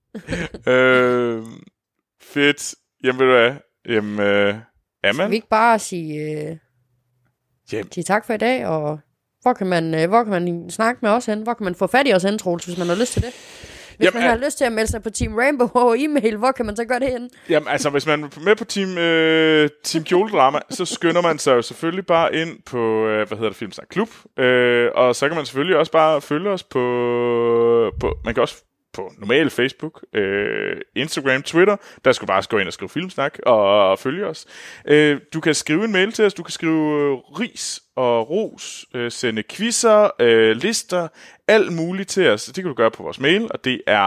Fedt. Jamen, ved du hvad? Amen. Skal vi ikke bare sige tak for i dag, og hvor kan man snakke med os hen? Hvor kan man få fat i os hen, Troels, hvis man har lyst til det? Hvis man har lyst til at melde sig på Team Rainbow over e-mail, hvor kan man så gøre det hen? Jamen, altså, hvis man er med på Team Kjoledrama, så skynder man sig jo selvfølgelig bare ind på, Filmsnak Klub. Og så kan man selvfølgelig også bare følge os på man kan også på normal Facebook, Instagram, Twitter. Der skal du bare gå ind og skrive Filmsnak og følge os. Du kan skrive en mail til os. Du kan skrive ris og ros, sende quizzer, lister, alt muligt til os. Det kan du gøre på vores mail, og det er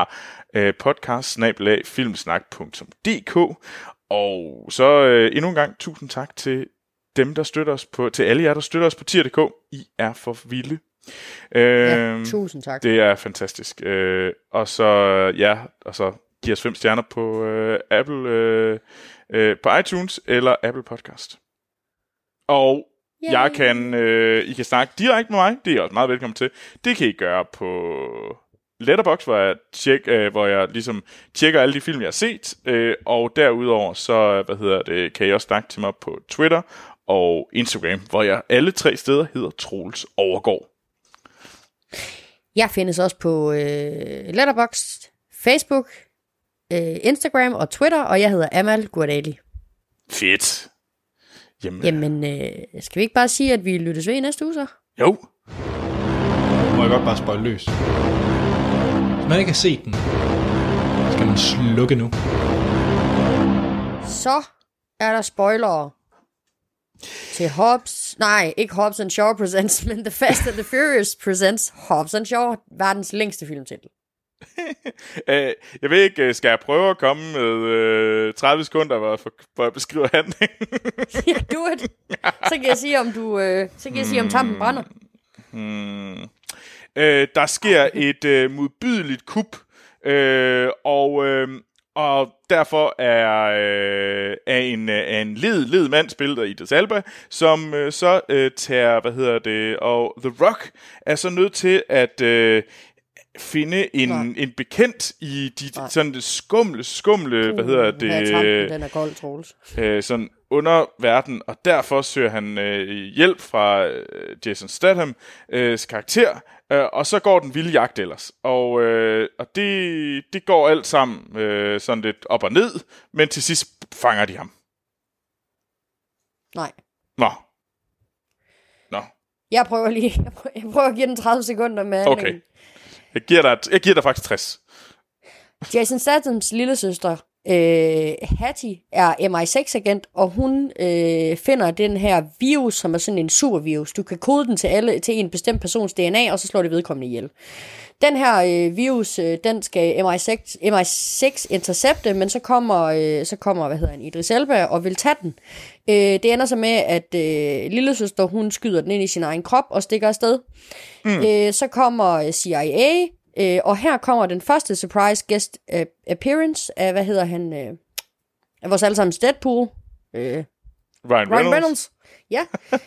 podcast@filmsnak.dk. Og så endnu en gang tusind tak til dem, der støtter os til alle jer, der støtter os på tier.dk. I er for vilde. Tusind tak. Det er fantastisk. Og så giv os 5 stjerner på Apple, på iTunes eller Apple Podcast. Og jeg kan, I kan snakke direkte med mig. Det er I også meget velkommen til. Det kan I gøre på Letterboxd, hvor jeg ligesom tjekker alle de film, jeg har set. Og derudover så kan I også snakke til mig på Twitter og Instagram, hvor jeg alle 3 steder hedder Troels Overgaard. Jeg findes også på Letterboxd, Facebook, Instagram og Twitter, og jeg hedder Amal Gurdali. Fedt. Jamen, skal vi ikke bare sige, at vi lyttes ved i næste uge så? Jo. Må jeg godt bare spoil løs. Hvis man ikke har set den, skal man slukke nu. Så er der spoilere til ikke Hobbs and Shaw Presents, men The Fast and the Furious Presents Hobbs and Shaw, verdens længste filmtitel. Jeg ved ikke, skal jeg prøve at komme med 30 sekunder, hvor jeg beskriver handlingen? Ja, do it. Så kan jeg sige, om tampen brænder. Der sker et modbydeligt kup, og derfor er en led mand, spillet af Idris Elba, som så tager, og The Rock er så nødt til at finde en bekendt i de sådan det skumle, Den er kold, Troels. sådan underverden, og derfor søger han hjælp fra Jason Statham's karakter, og så går den vilde jagt ellers. Og det går alt sammen sådan lidt op og ned, men til sidst fanger de ham. Nej. Nå. Jeg prøver at give den 30 sekunder med handlingen. Okay. Jeg giver dig faktisk 60. Jason Statham's lillesøster, Hattie, er MI6-agent, og hun finder den her virus, som er sådan en supervirus. Du kan kode den til en bestemt persons DNA, og så slår det vedkommende ihjel. Den her virus, den skal MI6 intercepte, men så kommer Idris Elba og vil tage den. Det ender så med, at lillesøster, hun skyder den ind i sin egen krop og stikker afsted. Så kommer CIA, og her kommer den første surprise guest appearance af, af vores allesammens Deadpool. Ryan Reynolds. Ja,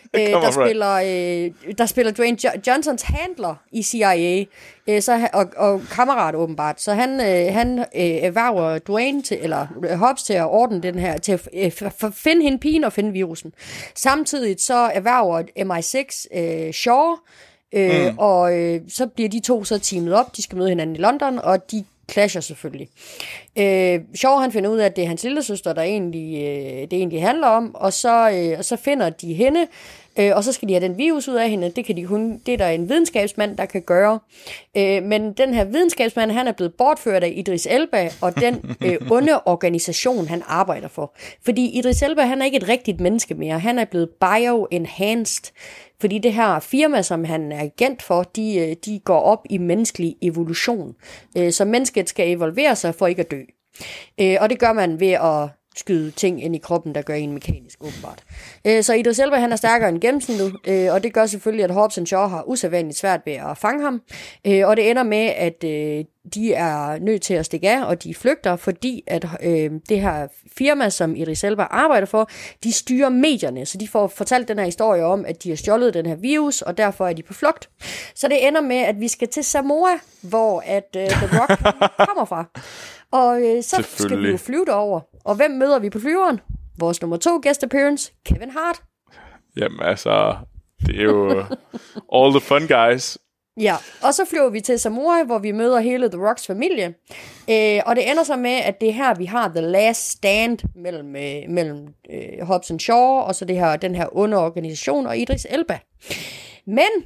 der spiller Dwayne Johnsons handler i CIA, og kammerat åbenbart. Så han erhverver Dwayne eller Hobbs til at ordne den her, til at finde hende pigen og finde virusen. Samtidig så erhverver MI6 Shaw, og så bliver de to så teamet op. De skal møde hinanden i London, og de clasher selvfølgelig. Shaw, han finder ud af, at det er hans lillesøster, det egentlig handler om, og så finder de hende, og så skal de have den virus ud af hende. Det er der en videnskabsmand, der kan gøre. Men den her videnskabsmand, han er blevet bortført af Idris Elba og den onde organisation, han arbejder for. Fordi Idris Elba, han er ikke et rigtigt menneske mere. Han er blevet bio-enhanced. Fordi det her firma, som han er agent for, de går op i menneskelig evolution. Så mennesket skal evolvere sig for ikke at dø. Og det gør man ved at skyde ting ind i kroppen, der gør en mekanisk, åbenbart. Så Idris Elba, han er stærkere end gennemsnittet, og det gør selvfølgelig, at Hobbs and Shaw har usædvanligt svært ved at fange ham. Og det ender med, at de er nødt til at stikke af, og de flygter, fordi at det her firma, som Idris Elba arbejder for, de styrer medierne, så de får fortalt den her historie om, at de har stjålet den her virus, og derfor er de på flugt. Så det ender med, at vi skal til Samoa, hvor at The Rock kommer fra. Og så skal vi jo flyve derover. Og hvem møder vi på flyveren? Vores nummer 2 guest appearance, Kevin Hart. Jamen altså, det er jo all the fun guys. Ja, og så flyver vi til Samoa, hvor vi møder hele The Rocks familie. Og det ender så med, at det her, vi har the last stand mellem Hobbs and Shaw, og så den her onde organisation og Idris Elba. Men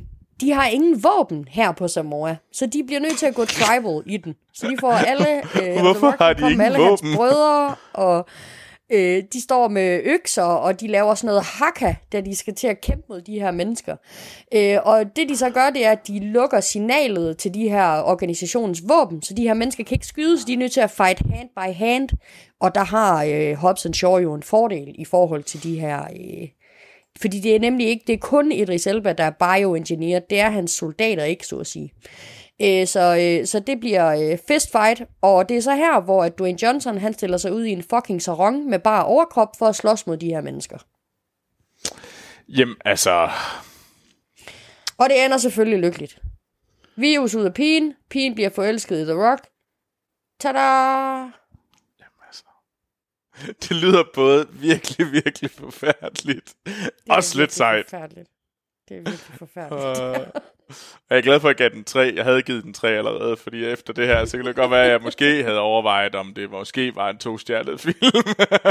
de har ingen våben her på Samoa, så de bliver nødt til at gå tribal i den. Så de får alle... Hvorfor har de ingen våben? Hans brødre, og de står med økser, og de laver sådan noget haka, da de skal til at kæmpe mod de her mennesker. Og det de så gør, det er, at de lukker signalet til de her organisationens våben, så de her mennesker kan ikke skyde, så de er nødt til at fight hand by hand, og der har Hobbs and Shaw jo en fordel i forhold til de her... fordi det er nemlig ikke, det er kun Idris Elba, der er bioengineer, det er hans soldater ikke, så at sige. Så det bliver fistfight, og det er så her, hvor Dwayne Johnson, han stiller sig ud i en fucking sarong med bare overkrop for at slås mod de her mennesker. Jamen, altså... Og det ender selvfølgelig lykkeligt. Virus ud af pigen, pigen bliver forelsket i The Rock. Tada! Jamen, altså... Det lyder både virkelig, virkelig forfærdeligt. Også lidt sejt. Forfærdeligt. Det er virkelig forfærdeligt. Jeg er glad for, at jeg gav den 3. Jeg havde givet den 3 allerede, fordi efter det her, så kan det godt være, at jeg måske havde overvejet, om det måske var en 2-stjernet film.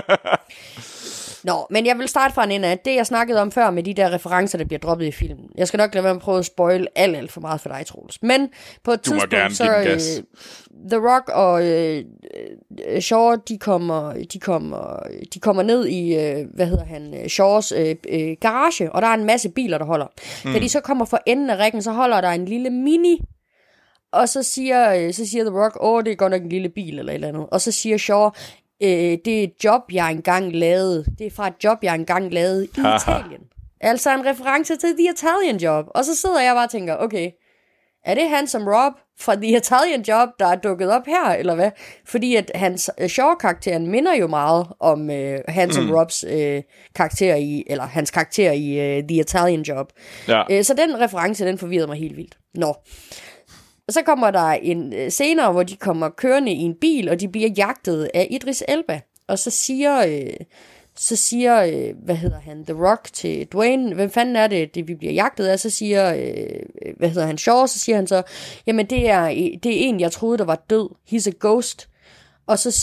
Nå, men jeg vil starte fra en ende af det, jeg snakkede om før med de der referencer, der bliver droppet i filmen. Jeg skal nok lade være med at prøve at spoil alt for meget for dig, Troels. Men på et tidspunkt, så The Rock og Shaw, de kommer ned i, Shaws garage, og der er en masse biler, der holder. Da de så kommer for enden af rækken, så holder der en lille Mini, og så siger The Rock, det er godt nok en lille bil, eller et eller andet. Og så siger Shaw, det er et job, jeg engang lavede. Det er fra et job, jeg engang lavede i Italien. Altså en reference til The Italian Job. Og så sidder jeg bare og tænker, okay, er det Handsome Rob fra The Italian Job, der er dukket op her, eller hvad? Fordi at hans Shaw-karakteren minder jo meget om Handsome Robs karakter i, eller hans karakter i The Italian Job. Ja. Så den reference, den forvirrede mig helt vildt. Nå. Og så kommer der en senere, hvor de kommer kørende i en bil, og de bliver jagtet af Idris Elba. Og så siger The Rock til Dwayne, hvem fanden er det vi bliver jagtet af? Så siger, Shaw, så siger han så, jamen det er en, jeg troede, der var død. He's a ghost. Og så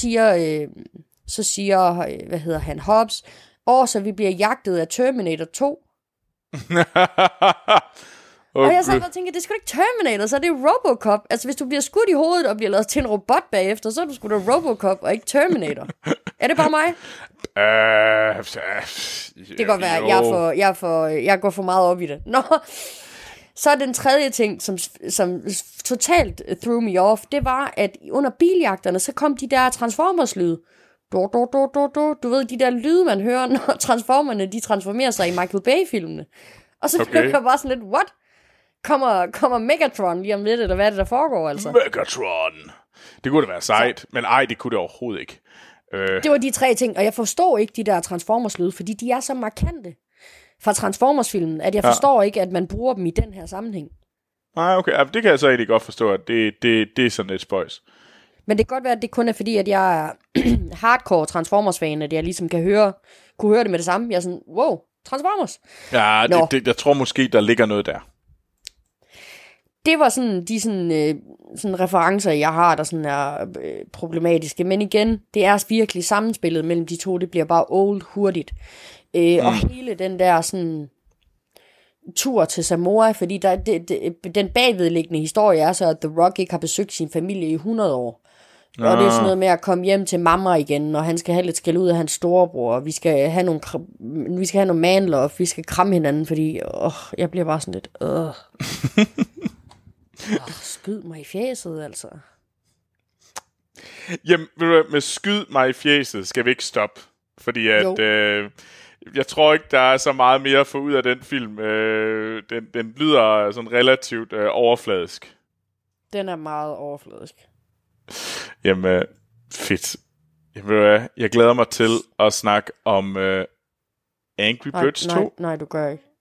siger, Hobbs, så vi bliver jagtet af Terminator 2. Og jeg sad og tænkte, det er sgu ikke Terminator, så er det Robocop. Altså, hvis du bliver skudt i hovedet og bliver lavet til en robot bagefter, så er du sgu da Robocop og ikke Terminator. Er det bare mig? Det kan godt være, jeg går for meget op i det. Nå. Så den tredje ting, som totalt threw me off, det var, at under biljagterne, så kom de der Transformers-lyde. Du ved, de der lyde, man hører, når Transformerne, de transformerer sig i Michael Bay-filmene. Og så blev jeg bare sådan lidt, what? Kommer Megatron lige om lidt, eller hvad er det, der foregår, altså? Megatron! Det kunne da være sejt, men det kunne det overhovedet ikke. Det var de 3 ting, og jeg forstår ikke de der Transformers-lyde, fordi de er så markante fra Transformers-filmen, at jeg forstår ikke, at man bruger dem i den her sammenhæng. Nej, okay. Det kan jeg så egentlig godt forstå, at det er sådan lidt spøjs. Men det kan godt være, at det kun er fordi, at jeg er hardcore Transformers-fan, at jeg ligesom kunne høre det med det samme. Jeg er sådan, wow, Transformers! Ja, jeg tror måske, der ligger noget der. Det var sådan de sådan referencer, jeg har, der sådan er problematiske. Men igen, det er virkelig sammenspillet mellem de to. Det bliver bare old hurtigt. Og hele den der sådan tur til Samoa, fordi den bagvedliggende historie er så, at The Rock ikke har besøgt sin familie i 100 år. Og det er sådan noget med at komme hjem til mamma igen, og han skal have lidt skæld ud af hans storebror, og vi skal have nogle man love, vi skal kramme hinanden, fordi jeg bliver bare sådan lidt skyd mig i fjeset, altså. Jamen, med skyd mig i fjeset skal vi ikke stoppe, fordi at jeg tror ikke, der er så meget mere at få ud af den film. Den lyder sådan relativt overfladisk. Den er meget overfladisk. Jamen, fedt. Jeg glæder mig til at snakke om Angry Birds 2. Nej, du gør ikke.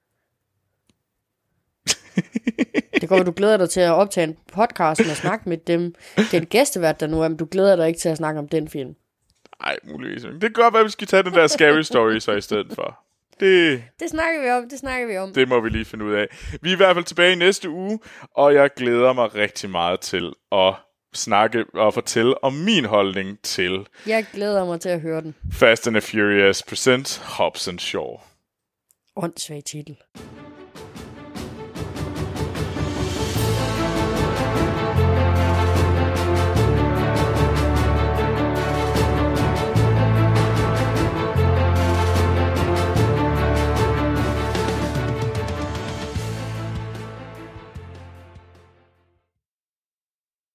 Det går, at du glæder dig til at optage en podcast og snakke med dem. Den gæstevært der nu er, men du glæder dig ikke til at snakke om den film. Nej, muligvis. Det kan godt være, at vi skal tage den der Scary Story så i stedet for. Det snakker vi om. Det må vi lige finde ud af. Vi er i hvert fald tilbage i næste uge, og jeg glæder mig rigtig meget til at snakke og fortælle om min holdning til... Jeg glæder mig til at høre den. Fast and the Furious presents Hobbs and Shaw. Åndssvag titel.